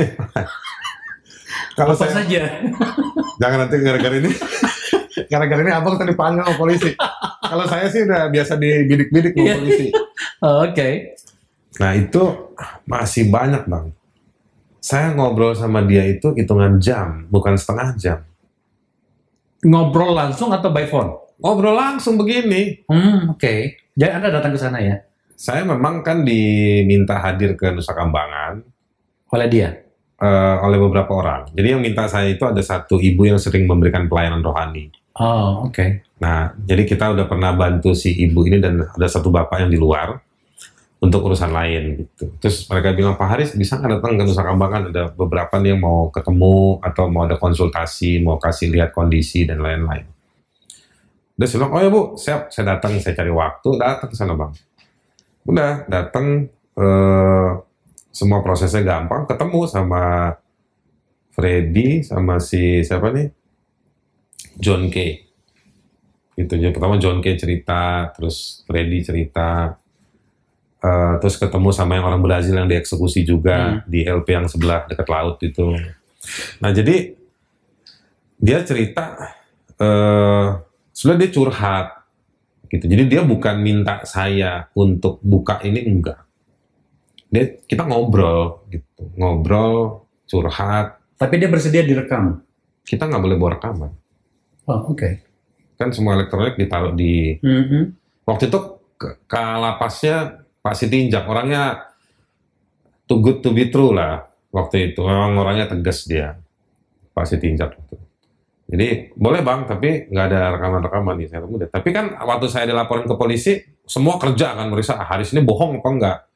Kalau Apa saya saja? jangan nanti gara-gara ini gara-gara ini abang tadi dipanggil sama polisi. Kalau saya sih udah biasa dibidik-bidik sama Iya. polisi. Oh, Oke. Okay. Nah itu masih banyak bang. Saya ngobrol sama dia itu hitungan jam, bukan setengah jam. Ngobrol langsung atau by phone? Ngobrol langsung begini. Hmm, oke. Okay. Jadi Anda datang ke sana ya? Saya memang kan diminta hadir ke Nusa Kambangan Oleh dia? uh, oleh beberapa orang. Jadi yang minta saya itu ada satu ibu yang sering memberikan pelayanan rohani. Oh, oke. Okay. Nah, jadi kita udah pernah bantu si ibu ini dan ada satu bapak yang di luar untuk urusan lain gitu. Terus mereka bilang, Pak Haris bisa nggak datang ke Nusa Kambangan? Ada beberapa nih yang mau ketemu atau mau ada konsultasi, mau kasih lihat kondisi dan lain-lain. Udah saya bilang, oh ya Bu, siap, saya datang, saya cari waktu, datang ke sana Bang. Udah, datang, eh, semua prosesnya gampang, ketemu sama Freddy, sama si siapa nih? John K. Gitu, jadi pertama John K cerita, terus Freddy cerita, Uh, terus ketemu sama yang orang Brazil yang dieksekusi juga hmm. di L P yang sebelah dekat laut itu. Nah jadi dia cerita, uh, sebenarnya dia curhat, gitu. Jadi dia bukan minta saya untuk buka ini, enggak. Dia kita ngobrol, gitu, ngobrol, curhat. Tapi dia bersedia direkam. Kita nggak boleh bawa rekaman. Oh oke. Okay. Kan semua elektronik ditaruh di. Mm-hmm. Waktu itu ke, ke lapasnya Pak Sitinjak, orangnya too good to be true lah waktu itu. Memang orangnya tegas dia, Pak Sitinjak. Jadi boleh Bang, tapi nggak ada rekaman-rekaman nih. Saya tunggu deh. Tapi kan waktu saya dilaporin ke polisi, semua kerja kan meriksa, ah, Haris ini bohong apa enggak.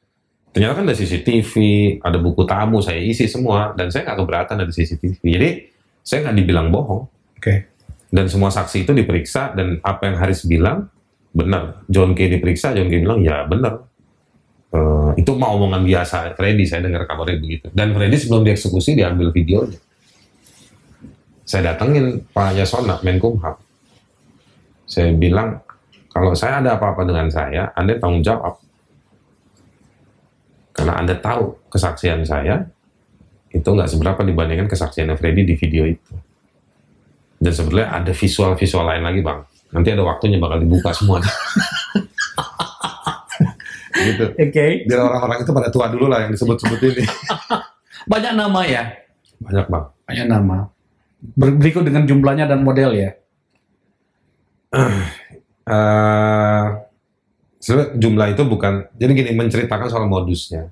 Ternyata kan ada C C T V, ada buku tamu, saya isi semua, dan saya nggak keberatan ada C C T V. Jadi saya nggak dibilang bohong. Oke. Okay. Dan semua saksi itu diperiksa, dan apa yang Haris bilang benar. John Kay diperiksa, John Kay bilang ya benar. Uh, itu mau omongan biasa Freddy, saya dengar kabarnya begitu. Dan Freddy sebelum dieksekusi diambil videonya. Saya datengin Pak Yasona, Menkumham. Saya bilang, kalau saya ada apa-apa dengan saya, Anda tanggung jawab. Karena Anda tahu kesaksian saya, itu nggak seberapa dibandingkan kesaksiannya Freddy di video itu. Dan sebetulnya ada visual-visual lain lagi, Bang. Nanti ada waktunya bakal dibuka semua. Gitu. Oke. Okay. Biar orang-orang itu pada tua dulu lah yang disebut-sebut ini. Banyak nama ya? Banyak, Bang. Banyak nama. Berikut dengan jumlahnya dan model ya? Uh, uh, sebenarnya jumlah itu bukan, jadi gini, menceritakan soal modusnya.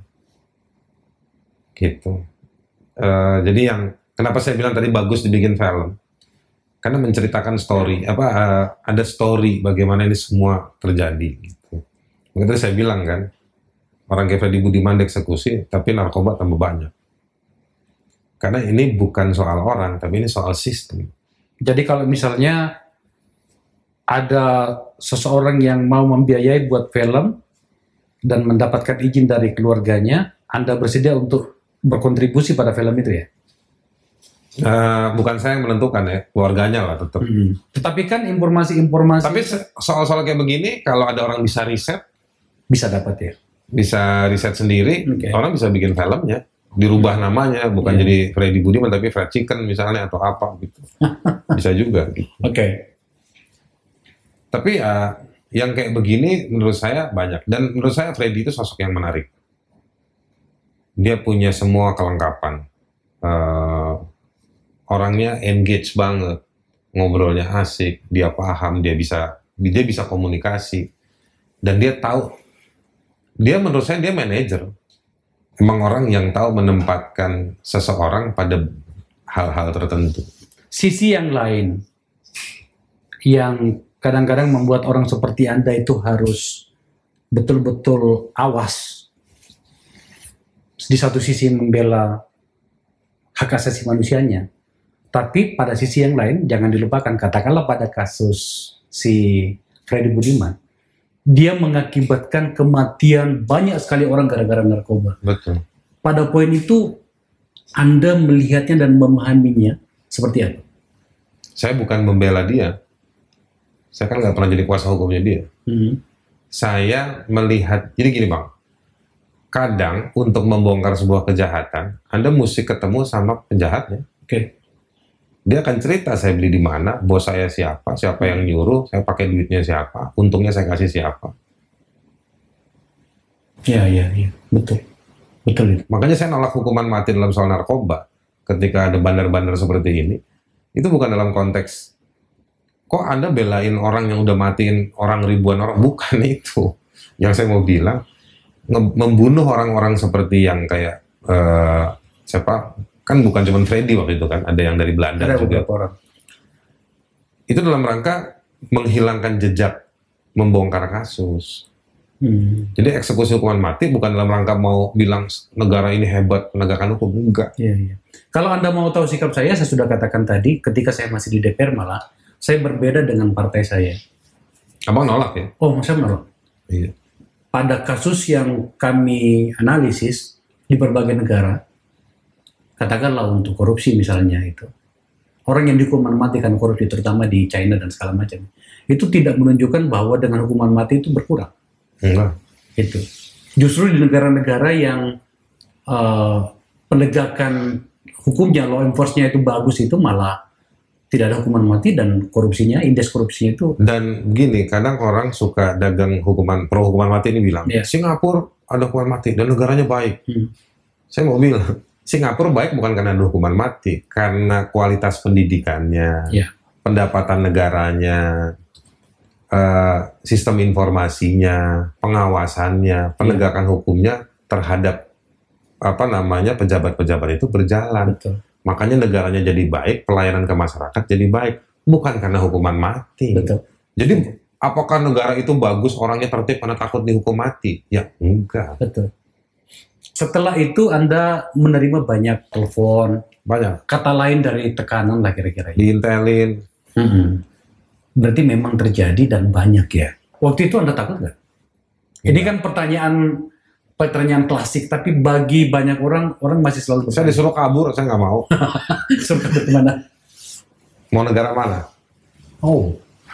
Gitu. Uh, jadi yang, kenapa saya bilang tadi bagus dibikin film? Karena menceritakan story, apa uh, ada story bagaimana ini semua terjadi. Gitu. Makanya tadi saya bilang kan, orang kayak Freddy Budiman dieksekusi, tapi narkoba tambah banyak. Karena ini bukan soal orang, tapi ini soal sistem. Jadi kalau misalnya ada seseorang yang mau membiayai buat film dan mendapatkan izin dari keluarganya, Anda bersedia untuk berkontribusi pada film itu ya? Uh, bukan saya yang menentukan ya, keluarganya lah tetap. Hmm. Tetapi kan informasi-informasi. Tapi soal-soal kayak begini, kalau ada orang bisa riset, bisa dapat ya? Bisa riset sendiri, okay. Orang bisa bikin filmnya. Dirubah namanya, bukan yeah. jadi Freddy Budiman tapi Fried Chicken misalnya atau apa gitu. Bisa juga gitu. Oke. Okay. Tapi uh, yang kayak begini menurut saya banyak, dan menurut saya Freddy itu sosok yang menarik. Dia punya semua kelengkapan. Uh, orangnya engage banget, ngobrolnya asik, dia paham, dia bisa dia bisa komunikasi, dan dia tahu. Dia menurut saya dia manajer. Emang orang yang tahu menempatkan seseorang pada hal-hal tertentu. Sisi yang lain yang kadang-kadang membuat orang seperti Anda itu harus betul-betul awas. Di satu sisi membela hak asasi manusianya, tapi pada sisi yang lain jangan dilupakan, katakanlah pada kasus si Freddy Budiman, dia mengakibatkan kematian banyak sekali orang gara-gara narkoba. Betul. Pada poin itu, Anda melihatnya dan memahaminya seperti apa? Saya bukan membela dia. Saya kan nggak pernah jadi kuasa hukumnya dia. Hmm. Saya melihat, jadi gini Bang, kadang untuk membongkar sebuah kejahatan, Anda mesti ketemu sama penjahatnya. Oke. Okay. Dia akan cerita, saya beli di mana, bos saya siapa, siapa yang nyuruh, saya pakai duitnya siapa, untungnya saya kasih siapa. Iya, iya, iya, betul. Betul. Makanya saya nolak hukuman mati dalam soal narkoba. Ketika ada bandar-bandar seperti ini, itu bukan dalam konteks, kok Anda belain orang yang udah matiin orang ribuan orang, bukan itu. Yang saya mau bilang, membunuh orang-orang seperti yang kayak, uh, siapa, kan bukan cuma Freddy waktu itu kan, ada yang dari Belanda ada juga. Orang. Itu dalam rangka menghilangkan jejak, membongkar kasus. Hmm. Jadi eksekusi hukuman mati bukan dalam rangka mau bilang negara ini hebat penegakan hukum, enggak. Iya, iya. Kalau Anda mau tahu sikap saya, saya sudah katakan tadi, ketika saya masih di D P R malah, saya berbeda dengan partai saya. Abang nolak ya? Oh, saya menolak. Iya. Pada kasus yang kami analisis di berbagai negara, katakanlah untuk korupsi misalnya itu, orang yang dihukuman mati karena korupsi terutama di China dan segala macam, itu tidak menunjukkan bahwa dengan hukuman mati itu berkurang. Enggak. Itu justru di negara-negara yang uh, penegakan hukumnya, law enforcement-nya itu bagus, itu malah tidak ada hukuman mati dan korupsinya, indeks korupsinya itu. Dan gini, kadang orang suka dagang hukuman, pro hukuman mati ini bilang, yeah. Singapura ada hukuman mati dan negaranya baik. Hmm. Saya mau bilang, Singapura baik bukan karena ada hukuman mati, karena kualitas pendidikannya, yeah. pendapatan negaranya, uh, sistem informasinya, pengawasannya, penegakan yeah. hukumnya terhadap apa namanya pejabat-pejabat itu berjalan. Betul. Makanya negaranya jadi baik, pelayanan ke masyarakat jadi baik, bukan karena hukuman mati. Betul. Jadi apakah negara itu bagus, orangnya tertib karena takut dihukum mati? Ya enggak. Betul. Setelah itu Anda menerima banyak telepon, Banyak. kata lain dari tekanan lah kira-kira. Diintelin. Mm-mm. Berarti memang terjadi dan banyak ya. Waktu itu Anda takut nggak? Ini kan pertanyaan pertanyaan klasik, tapi bagi banyak orang, orang masih selalu Saya disuruh kabur, saya nggak mau. Suruh kabur kemana? Mau negara mana? Oh,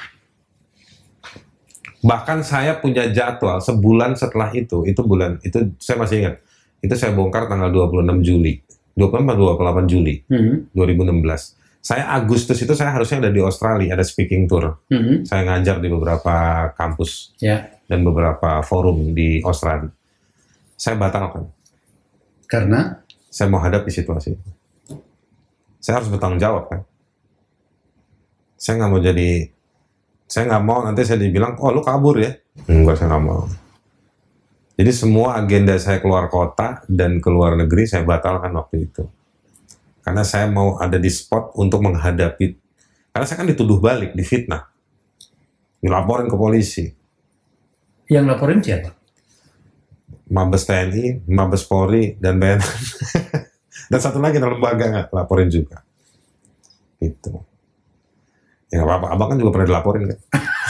Bahkan saya punya jadwal sebulan setelah itu, itu bulan, itu saya masih ingat. Itu saya bongkar tanggal dua puluh enam Juli. dua puluh enam atau dua puluh delapan Juli hmm. dua ribu enam belas. Saya Agustus itu saya harusnya ada di Australia, ada speaking tour. Hmm. Saya ngajar di beberapa kampus Ya. dan beberapa forum di Australia. Saya batalkan. Karena Saya mau hadapi situasi itu. Saya harus bertanggung jawab kan. Saya nggak mau jadi, saya nggak mau nanti saya dibilang, oh lu kabur ya? Enggak, saya nggak mau. Jadi semua agenda saya keluar kota dan keluar negeri saya batalkan waktu itu. Karena saya mau ada di spot untuk menghadapi, karena saya kan dituduh balik, difitnah. Dilaporin ke polisi. yang laporin siapa? Mabes T N I, Mabes Polri, dan B N N. Dan satu lagi ada lembaga nggak laporin juga. Gitu. Ya nggak apa-apa, abang kan juga pernah dilaporin kan?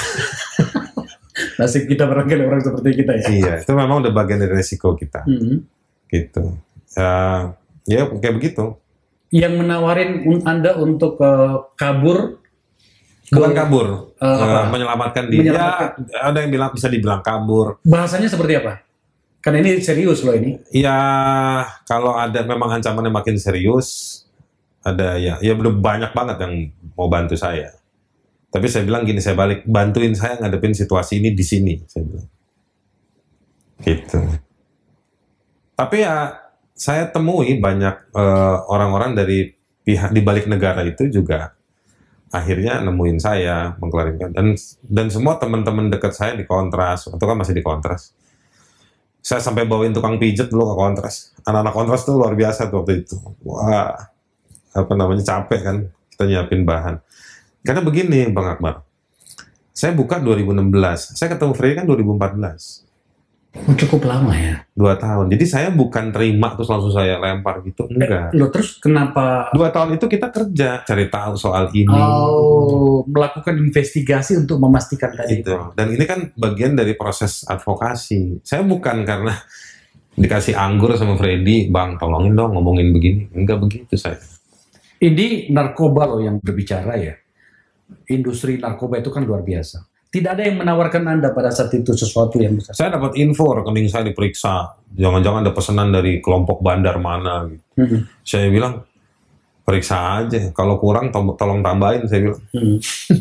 Nasib kita barangkali orang seperti kita ya. Iya, itu memang udah bagian dari resiko kita. Hmm. Gitu. Ya, ya kayak begitu. Yang menawarin un- Anda untuk uh, kabur, Bukan ke- kabur, Eh, eh, apa? menyelamatkan diri. Menyelamatkan. Ya, ada yang bilang bisa dibilang kabur. bahasanya seperti apa? Karena ini serius loh ini. Ya, kalau ada memang ancamannya makin serius, ada ya, ya udah banyak banget yang mau bantu saya. Tapi saya bilang gini, saya balik, bantuin saya ngadepin situasi ini di sini, saya bilang. Gitu. Tapi ya, saya temui banyak eh, orang-orang dari pihak di balik negara itu juga akhirnya nemuin saya, mengklarifikasi. Dan dan semua teman-teman dekat saya di Kontras, atau kan masih di Kontras. Saya sampai bawain tukang pijet dulu ke Kontras. Anak-anak Kontras tuh luar biasa tuh waktu itu. Wah, apa namanya, capek kan kita nyiapin bahan. Karena begini Bang Akbar, saya buka dua ribu enam belas, saya ketemu Freddy kan dua ribu empat belas. Oh, cukup lama ya. Dua tahun. Jadi saya bukan terima terus langsung saya lempar gitu, enggak. Loh terus kenapa Dua tahun itu kita kerja, cari tahu soal ini. oh, melakukan investigasi untuk memastikan tadi Gitu. Dan ini kan bagian dari proses advokasi. Saya bukan karena dikasih anggur sama Freddy, Bang tolongin dong ngomongin begini. Enggak begitu saya. Ini narkoba loh yang berbicara ya. Industri narkoba itu kan luar biasa. Tidak ada yang menawarkan Anda pada saat itu sesuatu yang besar. Saya dapat info rekening saya diperiksa. Jangan-jangan ada pesanan dari kelompok bandar mana gitu. Hmm. Saya bilang, periksa aja. Kalau kurang to- tolong tambahin, saya bilang. Hmm.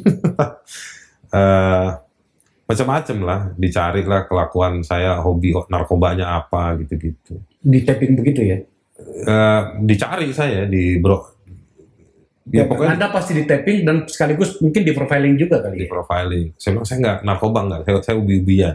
Eh, macam-macam lah, dicari lah kelakuan saya, hobi narkobanya apa gitu-gitu. Di tapping begitu ya. Eh, dicari saya di bro. Ya pokoknya Anda pasti di tapping dan sekaligus mungkin di profiling juga kali di ya. profiling. Saya bilang saya nggak narkoba nggak, saya, saya ubi-ubian.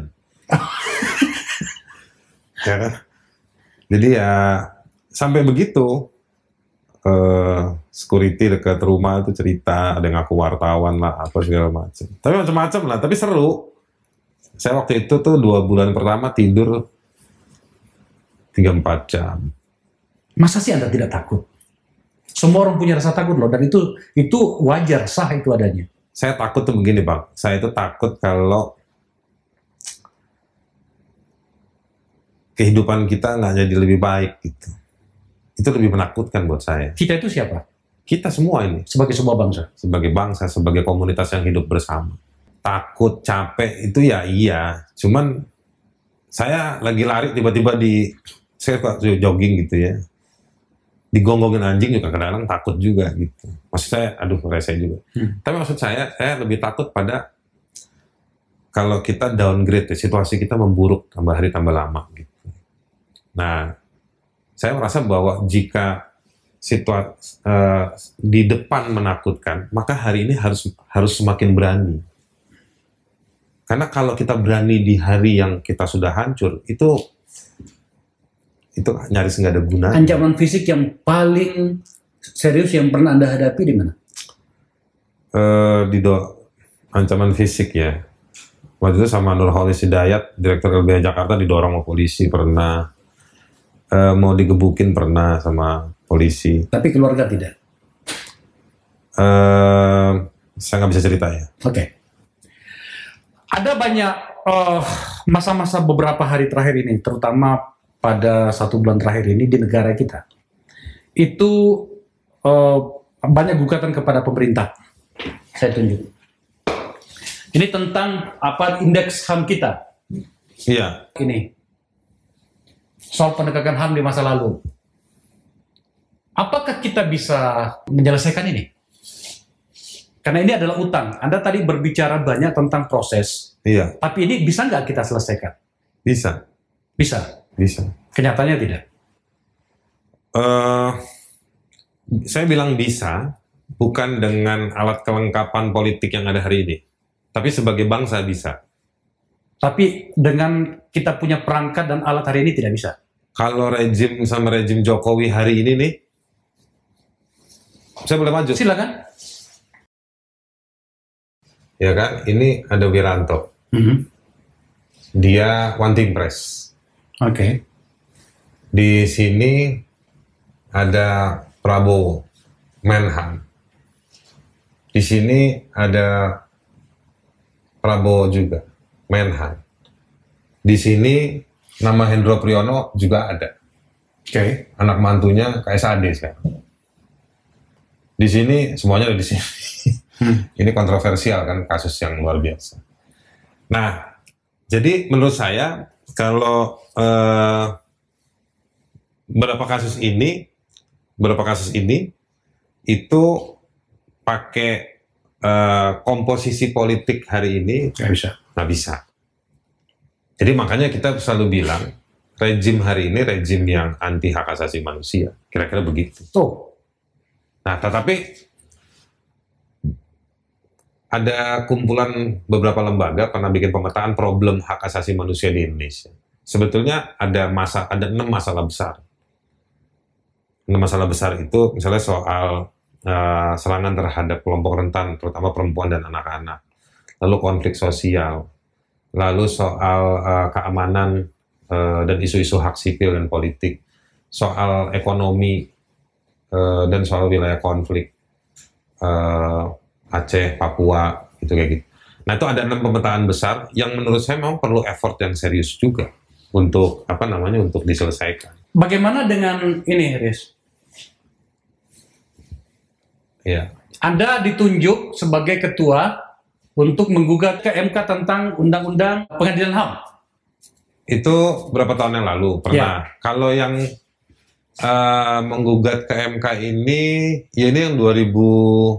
Ya kan? Jadi ya sampai begitu eh security dekat rumah itu cerita, ada yang ngaku wartawan lah, apa segala macam. Tapi macam-macam lah, tapi seru. Saya waktu itu tuh dua bulan pertama tidur tiga empat jam. Masa sih Anda tidak takut? Semua orang punya rasa takut loh, dan itu itu wajar, sah itu adanya. Saya takut tuh begini Bang, saya itu takut kalau kehidupan kita nggak jadi lebih baik gitu. Itu lebih menakutkan buat saya. Kita itu siapa? Kita semua ini, Sebagai sebuah bangsa. sebagai bangsa, sebagai komunitas yang hidup bersama. Takut, capek, itu ya iya. Cuman saya lagi lari tiba-tiba di, saya suka jogging gitu ya. Digonggongin anjing juga kadang-kadang takut juga gitu. Maksud saya, aduh rese juga. Hmm. Tapi maksud saya, saya lebih takut pada kalau kita downgrade, ya, situasi kita memburuk tambah hari tambah lama gitu. Nah, saya merasa bahwa jika situasi uh, di depan menakutkan, maka hari ini harus harus semakin berani. Karena kalau kita berani di hari yang kita sudah hancur, itu itu nyaris nggak ada gunanya. Ancaman fisik yang paling serius yang pernah Anda hadapi di mana? Uh, di do ancaman fisik ya. Waktu itu sama Nurholis Hidayat, Direktur L B H Jakarta, didorong sama polisi pernah. uh, mau digebukin pernah sama polisi. Tapi keluarga tidak? Uh, saya nggak bisa cerita ya. Oke. Okay. Ada banyak uh, masa-masa beberapa hari terakhir ini, terutama pada satu bulan terakhir ini di negara kita. Itu uh, banyak gugatan kepada pemerintah. Saya tunjuk. Ini tentang apa indeks H A M kita. Iya. Ini soal penegakan H A M di masa lalu. Apakah kita bisa menyelesaikan ini? Karena ini adalah utang. Anda tadi berbicara banyak tentang proses. Iya. Tapi ini bisa nggak kita selesaikan? Bisa. Bisa. Bisa. Kenyataannya tidak. Uh, saya bilang bisa, bukan dengan alat kelengkapan politik yang ada hari ini, tapi sebagai bangsa bisa. Tapi dengan kita punya perangkat dan alat hari ini tidak bisa. Kalau rejim sama rejim Jokowi hari ini nih, saya boleh maju. Silakan. Ya kan, ini ada Wiranto. Mm-hmm. Dia One Team Press. Oke. Okay. Di sini ada Prabowo, Menhan. Di sini ada Prabowo juga, Menhan. Di sini nama Hendro Priyono juga ada. Oke. Okay. Anak mantunya K S A D sekarang. Di sini semuanya ada di sini. Hmm. Ini kontroversial kan, kasus yang luar biasa. Nah, jadi menurut saya kalau eh, beberapa kasus ini, beberapa kasus ini itu pakai uh, komposisi politik hari ini nggak bisa, nggak bisa. Jadi makanya kita selalu bilang rejim hari ini rejim yang anti hak asasi manusia, kira-kira begitu. Tuh. Nah, tetapi ada kumpulan beberapa lembaga pernah bikin pemetaan problem hak asasi manusia di Indonesia. Sebetulnya ada masa, ada enam masalah besar. Masalah besar itu misalnya soal uh, serangan terhadap kelompok rentan, terutama perempuan dan anak-anak, lalu konflik sosial, lalu soal uh, keamanan uh, dan isu-isu hak sipil dan politik, soal ekonomi uh, dan soal wilayah konflik uh, Aceh, Papua, gitu kayak gitu. Nah, itu ada enam pemetaan besar yang menurut saya memang perlu effort yang serius juga untuk apa namanya untuk diselesaikan. Bagaimana dengan ini, Riz? Ya. Anda ditunjuk sebagai ketua untuk menggugat ke M K tentang undang-undang pengadilan H A M. Itu berapa tahun yang lalu pernah. Ya. Kalau yang uh, menggugat ke M K ini, ya ini yang dua ribu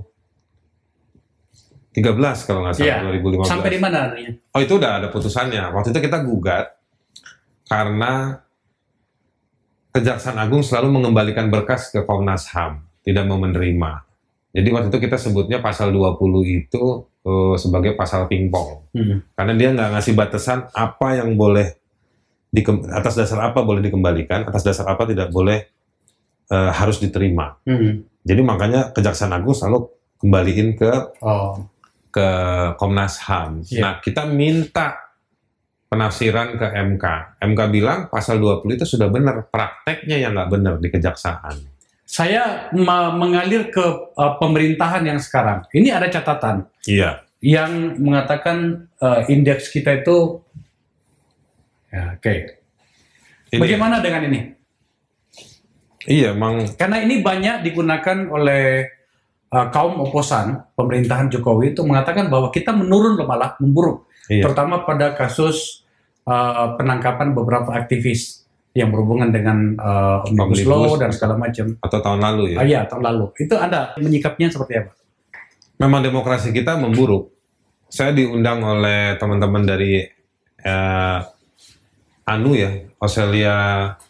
tiga belas kalau nggak salah, ya. dua ribu lima belas. Sampai di mana artinya? Oh, itu udah ada putusannya. Waktu itu kita gugat karena Kejaksaan Agung selalu mengembalikan berkas ke Komnas H A M, tidak mau menerima. Jadi waktu itu kita sebutnya pasal dua puluh itu uh, sebagai pasal pingpong. Hmm. Karena dia nggak ngasih batasan apa yang boleh, dikem- atas dasar apa boleh dikembalikan, atas dasar apa tidak boleh uh, harus diterima. Hmm. Jadi makanya Kejaksaan Agung selalu kembaliin ke oh. ke Komnas H A M. Yeah. Nah, kita minta penafsiran ke M K. M K bilang pasal dua puluh itu sudah benar, prakteknya yang nggak benar di Kejaksaan. Saya mengalir ke uh, pemerintahan yang sekarang. Ini ada catatan iya. yang mengatakan uh, indeks kita itu, ya, oke. Okay. Bagaimana dengan ini? Iya, emang. Karena ini banyak digunakan oleh uh, kaum oposan pemerintahan Jokowi itu mengatakan bahwa kita menurun loh, malah memburuk, iya. Terutama pada kasus uh, penangkapan beberapa aktivis yang berhubungan dengan uh, Omnibus Law dan segala macam. Atau tahun lalu ya? Ah, iya, tahun lalu. Itu Anda menyikapnya seperti apa? Memang demokrasi kita memburuk. Saya diundang oleh teman-teman dari uh, Anu ya, Australia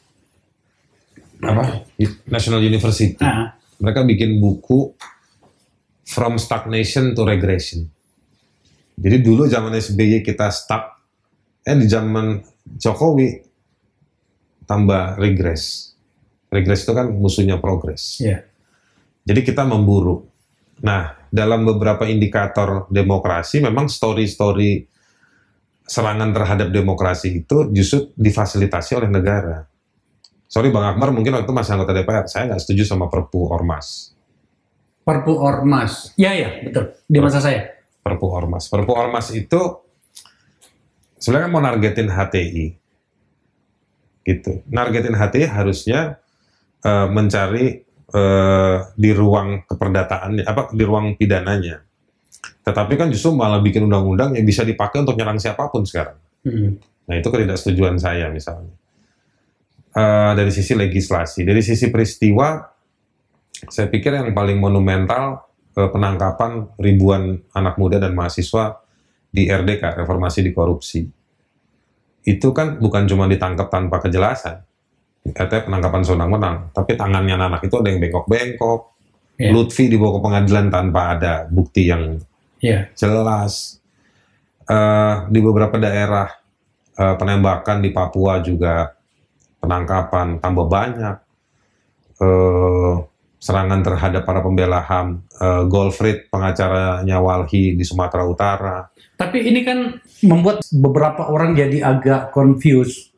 apa? National University. Uh-huh. Mereka bikin buku From Stagnation to Regression. Jadi dulu zaman S B Y kita stuck, eh di zaman Jokowi tambah regres. Regres itu kan musuhnya progres. Yeah. Jadi kita memburuk. Nah, dalam beberapa indikator demokrasi, memang story-story serangan terhadap demokrasi itu justru difasilitasi oleh negara. Sorry Bang Akbar, mungkin waktu itu masih anggota D P R. Saya nggak setuju sama Perpu Ormas. Perpu Ormas. Ya, ya, betul. Di masa saya. Perpu Ormas. Perpu Ormas itu sebenarnya mau nargetin H T I. Gitu. Nargetin H T I harusnya uh, mencari uh, di ruang keperdataannya, apa di ruang pidananya. Tetapi kan justru malah bikin undang-undang yang bisa dipakai untuk nyerang siapapun sekarang. Hmm. Nah itu ketidaksetujuan saya misalnya. Uh, dari sisi legislasi, dari sisi peristiwa, saya pikir yang paling monumental uh, penangkapan ribuan anak muda dan mahasiswa di R D K, reformasi di korupsi. Itu kan bukan cuma ditangkap tanpa kejelasan, katanya penangkapan sewenang-wenang, tapi tangannya anak itu ada yang bengkok-bengkok, yeah. Lutfi dibawa ke pengadilan tanpa ada bukti yang yeah. jelas. Uh, di beberapa daerah uh, penembakan di Papua juga penangkapan tambah banyak, uh, serangan terhadap para pembela H A M, uh, Golfrid pengacaranya Walhi di Sumatera Utara. Tapi ini kan membuat beberapa orang jadi agak confused,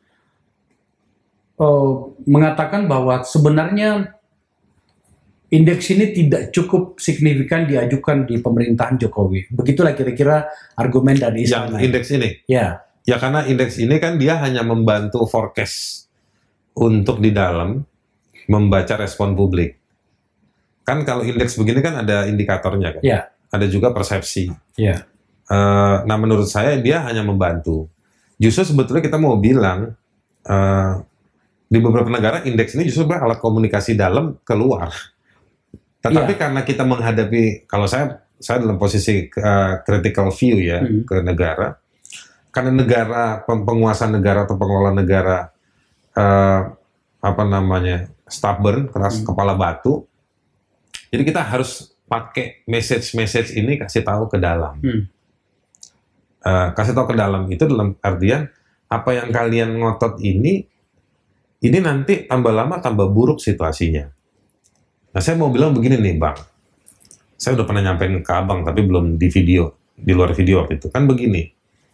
uh, mengatakan bahwa sebenarnya indeks ini tidak cukup signifikan diajukan di pemerintahan Jokowi. Begitulah kira-kira argumen dari Yang indeks ini? Ya. Ya karena indeks ini kan dia hanya membantu forecast untuk di dalam membaca respon publik. Kan kalau indeks begini kan ada indikatornya kan? Ya. Ada juga persepsi. Ya. Uh, nah menurut saya dia hanya membantu. Justru sebetulnya kita mau bilang uh, di beberapa negara indeks ini justru alat komunikasi dalam keluar. Tetapi ya. Karena kita menghadapi, kalau saya saya dalam posisi uh, critical view ya hmm. ke negara, karena negara penguasa negara atau pengelola negara uh, apa namanya stubborn, keras hmm. kepala batu, jadi kita harus pakai message-message ini kasih tahu ke dalam. Hmm. Uh, kasih tahu ke dalam itu dalam artian apa yang kalian ngotot ini ini nanti tambah lama tambah buruk situasinya. Nah saya mau bilang begini nih Bang, saya udah pernah nyampein ke Abang tapi belum di video, di luar video waktu itu kan begini.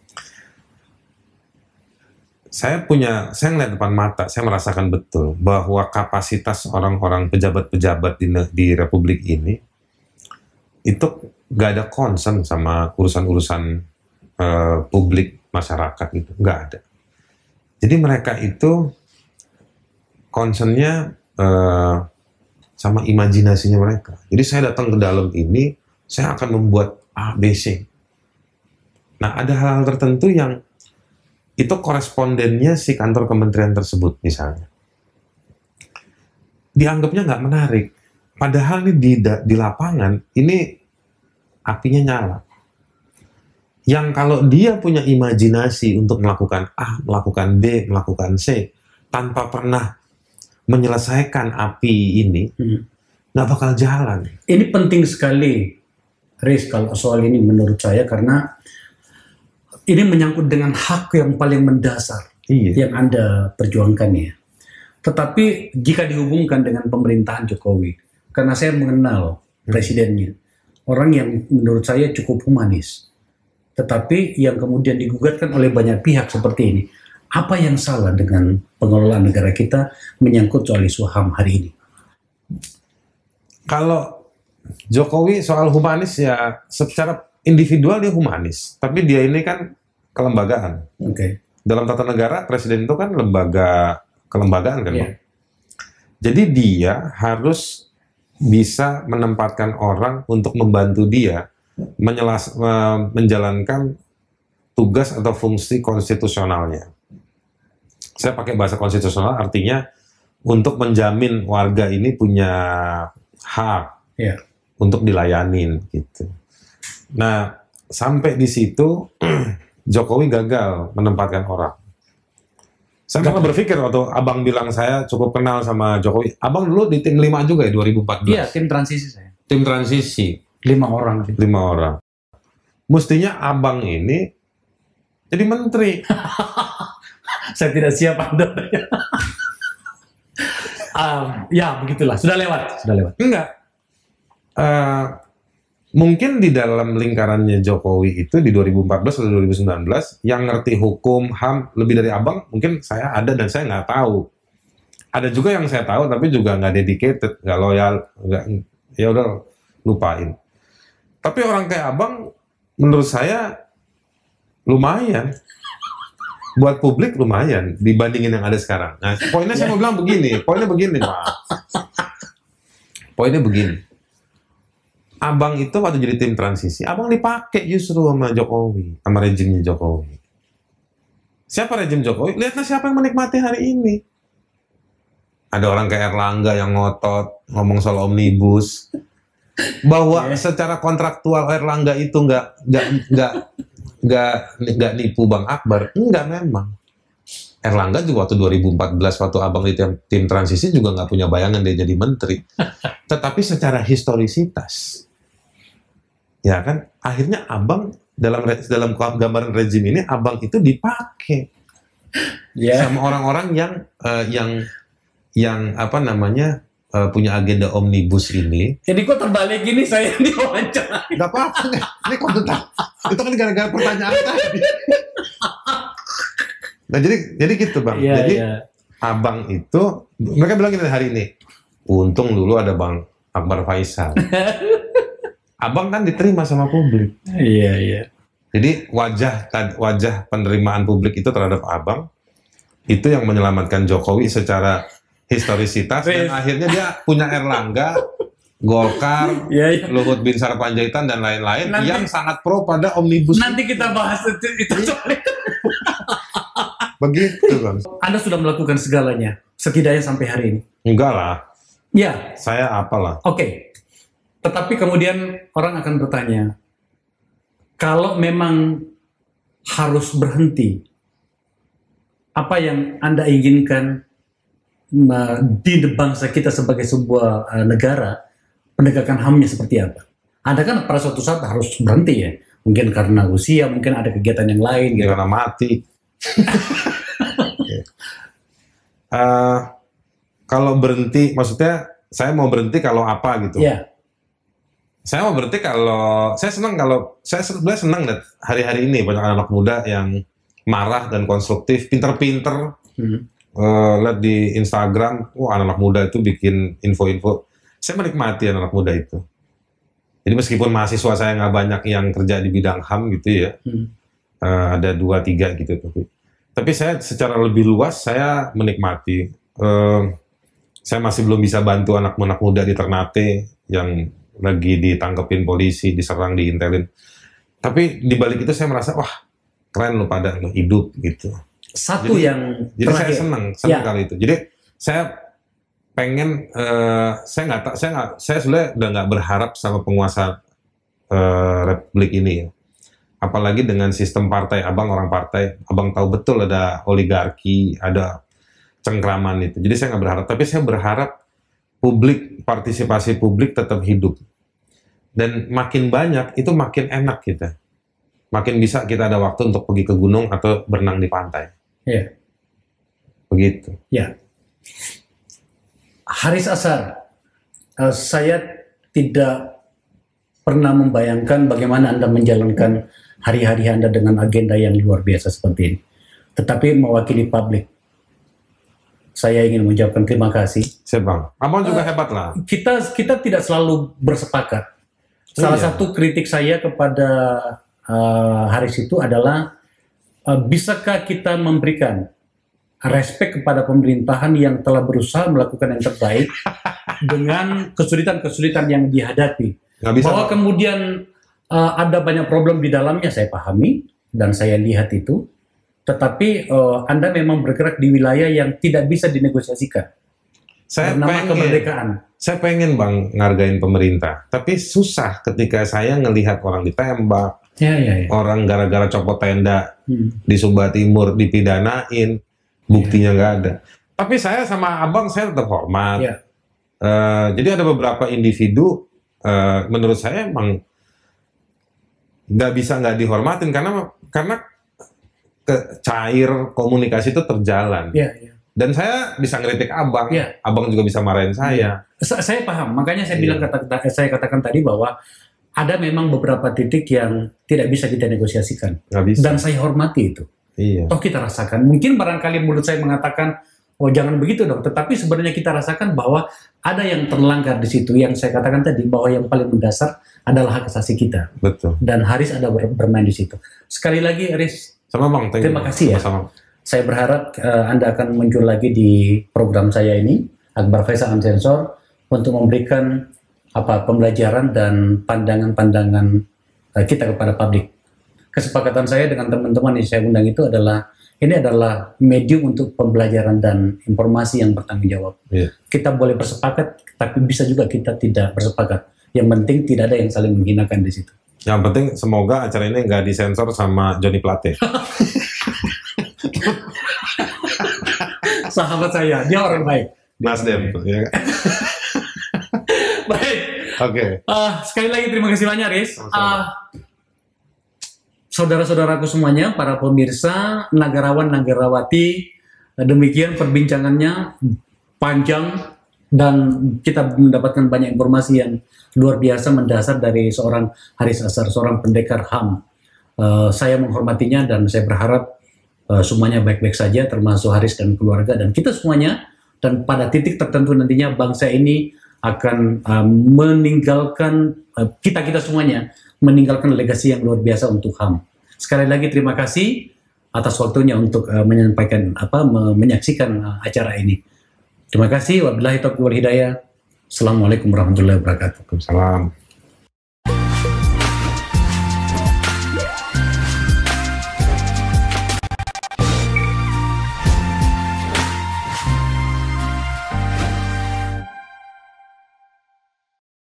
Saya punya, saya ngeliat depan mata, saya merasakan betul bahwa kapasitas orang-orang pejabat-pejabat di, di Republik ini itu gak ada concern sama urusan-urusan Uh, publik masyarakat itu nggak ada. Jadi mereka itu concernnya uh, sama imajinasinya mereka. Jadi saya datang ke dalam ini, saya akan membuat A, B, C. Nah ada hal-hal tertentu yang itu korespondennya si kantor kementerian tersebut misalnya. Dianggapnya nggak menarik. Padahal ini di, di lapangan ini apinya nyala. Yang kalau dia punya imajinasi untuk melakukan A, melakukan B, melakukan C, tanpa pernah menyelesaikan api ini, hmm. nggak bakal jalan. Ini penting sekali, Riz, kalau soal ini menurut saya, karena ini menyangkut dengan hak yang paling mendasar iya. yang Anda perjuangkan ya. Tetapi jika dihubungkan dengan pemerintahan Jokowi, karena saya mengenal hmm. presidennya, orang yang menurut saya cukup humanis, tetapi yang kemudian digugatkan oleh banyak pihak seperti ini. Apa yang salah dengan pengelolaan negara kita menyangkut soal isu H A M hari ini? Kalau Jokowi soal humanis ya secara individual dia humanis, tapi dia ini kan kelembagaan. Oke. Okay. Dalam tata negara presiden itu kan lembaga kelembagaan kan. Yeah. Jadi dia harus bisa menempatkan orang untuk membantu dia Menyelas, menjalankan tugas atau fungsi konstitusionalnya. Saya pakai bahasa konstitusional artinya untuk menjamin warga ini punya hak yeah. untuk dilayanin gitu. Nah sampai di situ Jokowi gagal menempatkan orang. Saya malah berpikir waktu Abang bilang saya cukup kenal sama Jokowi. Abang dulu di tim lima juga ya dua ribu empat belas. Iya tim transisi saya. Tim transisi. Lima orang sih. Lima orang. Mestinya Abang ini jadi menteri. Saya tidak siap Anda. um, ya begitulah. Sudah lewat. Sudah lewat. Enggak. Uh, mungkin di dalam lingkarannya Jokowi itu di dua ribu empat belas atau dua ribu sembilan belas yang ngerti hukum H A M lebih dari Abang mungkin saya ada dan saya nggak tahu. Ada juga yang saya tahu tapi juga nggak dedicated, nggak loyal, nggak, ya udah lupain. Tapi orang kayak abang, menurut saya lumayan. Buat publik lumayan dibandingin yang ada sekarang. Nah, poinnya saya mau bilang begini, poinnya begini, Pak. Poinnya begini. Abang itu waktu jadi tim transisi, abang dipakai justru sama Jokowi, sama rejimnya Jokowi. Siapa rejim Jokowi? Lihatlah siapa yang menikmati hari ini. Ada orang kayak Erlangga yang ngotot, ngomong soal omnibus. Bahwa yeah. secara kontraktual Erlangga itu nggak nggak nggak nggak nggak nipu Bang Akbar, enggak memang. Erlangga juga waktu dua ribu empat belas waktu abang di tim, tim transisi juga nggak punya bayangan dia jadi menteri. Tetapi secara historisitas, ya kan, akhirnya abang dalam dalam gambaran rezim ini abang itu dipakai yeah. sama orang-orang yang uh, yang yang apa namanya uh, punya agenda omnibus ini. Jadi kok terbalik gini saya diwawancara? Gak apa-apa, ini komentar. Itu kan gara-gara pertanyaan tadi. Nah jadi jadi gitu Bang. Yeah, jadi yeah. abang itu mereka bilang gini hari ini. Untung dulu ada Bang Akbar Faisal. Abang kan diterima sama publik. Iya yeah, iya. Yeah. Jadi wajah wajah penerimaan publik itu terhadap abang itu yang menyelamatkan Jokowi secara historisitas dan akhirnya dia punya Erlangga, Golkar, yeah, yeah. Luhut Binsar Panjaitan dan lain-lain nanti, yang sangat pro pada omnibus. Nanti kita bahas itu, itu soalnya. Begitu Bang. Anda sudah melakukan segalanya, setidaknya sampai hari ini. Enggak lah. Ya. Saya apalah. Oke. Okay. Tetapi kemudian orang akan bertanya, kalau memang harus berhenti, apa yang Anda inginkan di bangsa kita sebagai sebuah uh, negara, penegakan H A M-nya seperti apa? Anda kan pada suatu saat harus berhenti ya, mungkin karena usia, mungkin ada kegiatan yang lain. Gitu. Karena mati. uh, kalau berhenti, maksudnya saya mau berhenti kalau apa gitu? Yeah. Saya mau berhenti kalau saya senang kalau saya sebenarnya senang lihat hari-hari ini banyak anak muda yang marah dan konstruktif, pinter-pinter. Hmm. Uh, lihat di Instagram, wah anak-anak muda itu bikin info-info. Saya menikmati anak-anak muda itu. Jadi meskipun mahasiswa saya nggak banyak yang kerja di bidang H A M gitu ya, hmm. uh, ada dua tiga gitu. Tapi, tapi saya secara lebih luas saya menikmati. Uh, saya masih belum bisa bantu anak-anak muda di Ternate yang lagi ditangkepin polisi, diserang, diintelin. Tapi di balik itu saya merasa wah keren lo pada lo hidup gitu. Satu jadi, yang jadi terakhir. Saya senang senang ya. kali itu. Jadi saya pengen uh, saya nggak saya nggak saya sebenarnya udah nggak berharap sama penguasa uh, republik ini ya. Apalagi dengan sistem partai, abang orang partai, abang tahu betul ada oligarki, ada cengkraman itu. Jadi saya nggak berharap, tapi saya berharap publik, partisipasi publik tetap hidup. Dan makin banyak, itu makin enak kita. Makin bisa kita ada waktu untuk pergi ke gunung atau berenang di pantai. Iya. Begitu. Ya. Haris Azhar, uh, saya tidak pernah membayangkan bagaimana Anda menjalankan hari-hari Anda dengan agenda yang luar biasa seperti ini. Tetapi mewakili publik, saya ingin mengucapkan terima kasih. Siap Bang. Abang juga uh, hebat lah. Kita kita tidak selalu bersepakat. Salah iya. satu kritik saya kepada uh, Haris itu adalah uh, bisakah kita memberikan respek kepada pemerintahan yang telah berusaha melakukan yang terbaik dengan kesulitan-kesulitan yang dihadapi. Nggak bisa, bahwa Bang. Kemudian uh, ada banyak problem di dalamnya, saya pahami dan saya lihat itu. Tetapi uh, Anda memang bergerak di wilayah yang tidak bisa dinegosiasikan. Saya bernama pengen, kemerdekaan. Saya pengen Bang ngargain pemerintah, tapi susah ketika saya ngelihat orang ditembak, ya, ya, ya. orang gara-gara copot tenda hmm. di Sumba Timur dipidanain, buktinya nggak ya. ada. Tapi saya sama Abang saya tetap hormat. Ya. Uh, jadi ada beberapa individu, uh, menurut saya emang nggak bisa nggak dihormatin karena karena ke cair komunikasi itu terjalan. Ya, ya. Dan saya bisa ngeritik abang, ya. Abang juga bisa marahin saya. Ya. Saya paham, makanya saya ya. bilang kata, saya katakan tadi bahwa ada memang beberapa titik yang tidak bisa kita negosiasikan. Nggak bisa. Dan saya hormati itu. Iya. Toh kita rasakan. Mungkin barangkali mulut saya mengatakan oh jangan begitu dong. Tetapi sebenarnya kita rasakan bahwa ada yang terlanggar di situ. Yang saya katakan tadi bahwa yang paling mendasar adalah hak asasi kita. Betul. Dan Haris ada ber- bermain di situ. Sekali lagi, Haris, Sama Bang, thank you. terima kasih ya. Sama-sama. Saya berharap uh, Anda akan muncul lagi di program saya ini, Akbar Faisal Unsensor, untuk memberikan apa pembelajaran dan pandangan-pandangan uh, kita kepada publik. Kesepakatan saya dengan teman-teman yang saya undang itu adalah ini adalah medium untuk pembelajaran dan informasi yang bertanggung jawab. Yeah. Kita boleh bersepakat, tapi bisa juga kita tidak bersepakat. Yang penting tidak ada yang saling menghinakan di situ. Yang penting semoga acara ini nggak disensor sama Johnny Plate. Sahabat saya, dia orang baik. Nasdem, ya. Baik. Oke. Okay. Uh, sekali lagi terima kasih banyak, Riz. Sama-sama. Uh, saudara-saudaraku semuanya, para pemirsa, nagarawan, nagarawati, demikian perbincangannya panjang dan kita mendapatkan banyak informasi yang luar biasa mendasar dari seorang Haris Azhar, seorang pendekar H A M. Uh, saya menghormatinya dan saya berharap uh, semuanya baik-baik saja, termasuk Haris dan keluarga dan kita semuanya. Dan pada titik tertentu nantinya bangsa ini akan uh, meninggalkan uh, kita-kita semuanya meninggalkan legasi yang luar biasa untuk H A M. Sekali lagi terima kasih atas waktunya untuk uh, menyampaikan apa me- menyaksikan uh, acara ini. Terima kasih. Wabillahi taufiq wal hidayah. Assalamualaikum warahmatullahi wabarakatuh. Waalaikumsalam.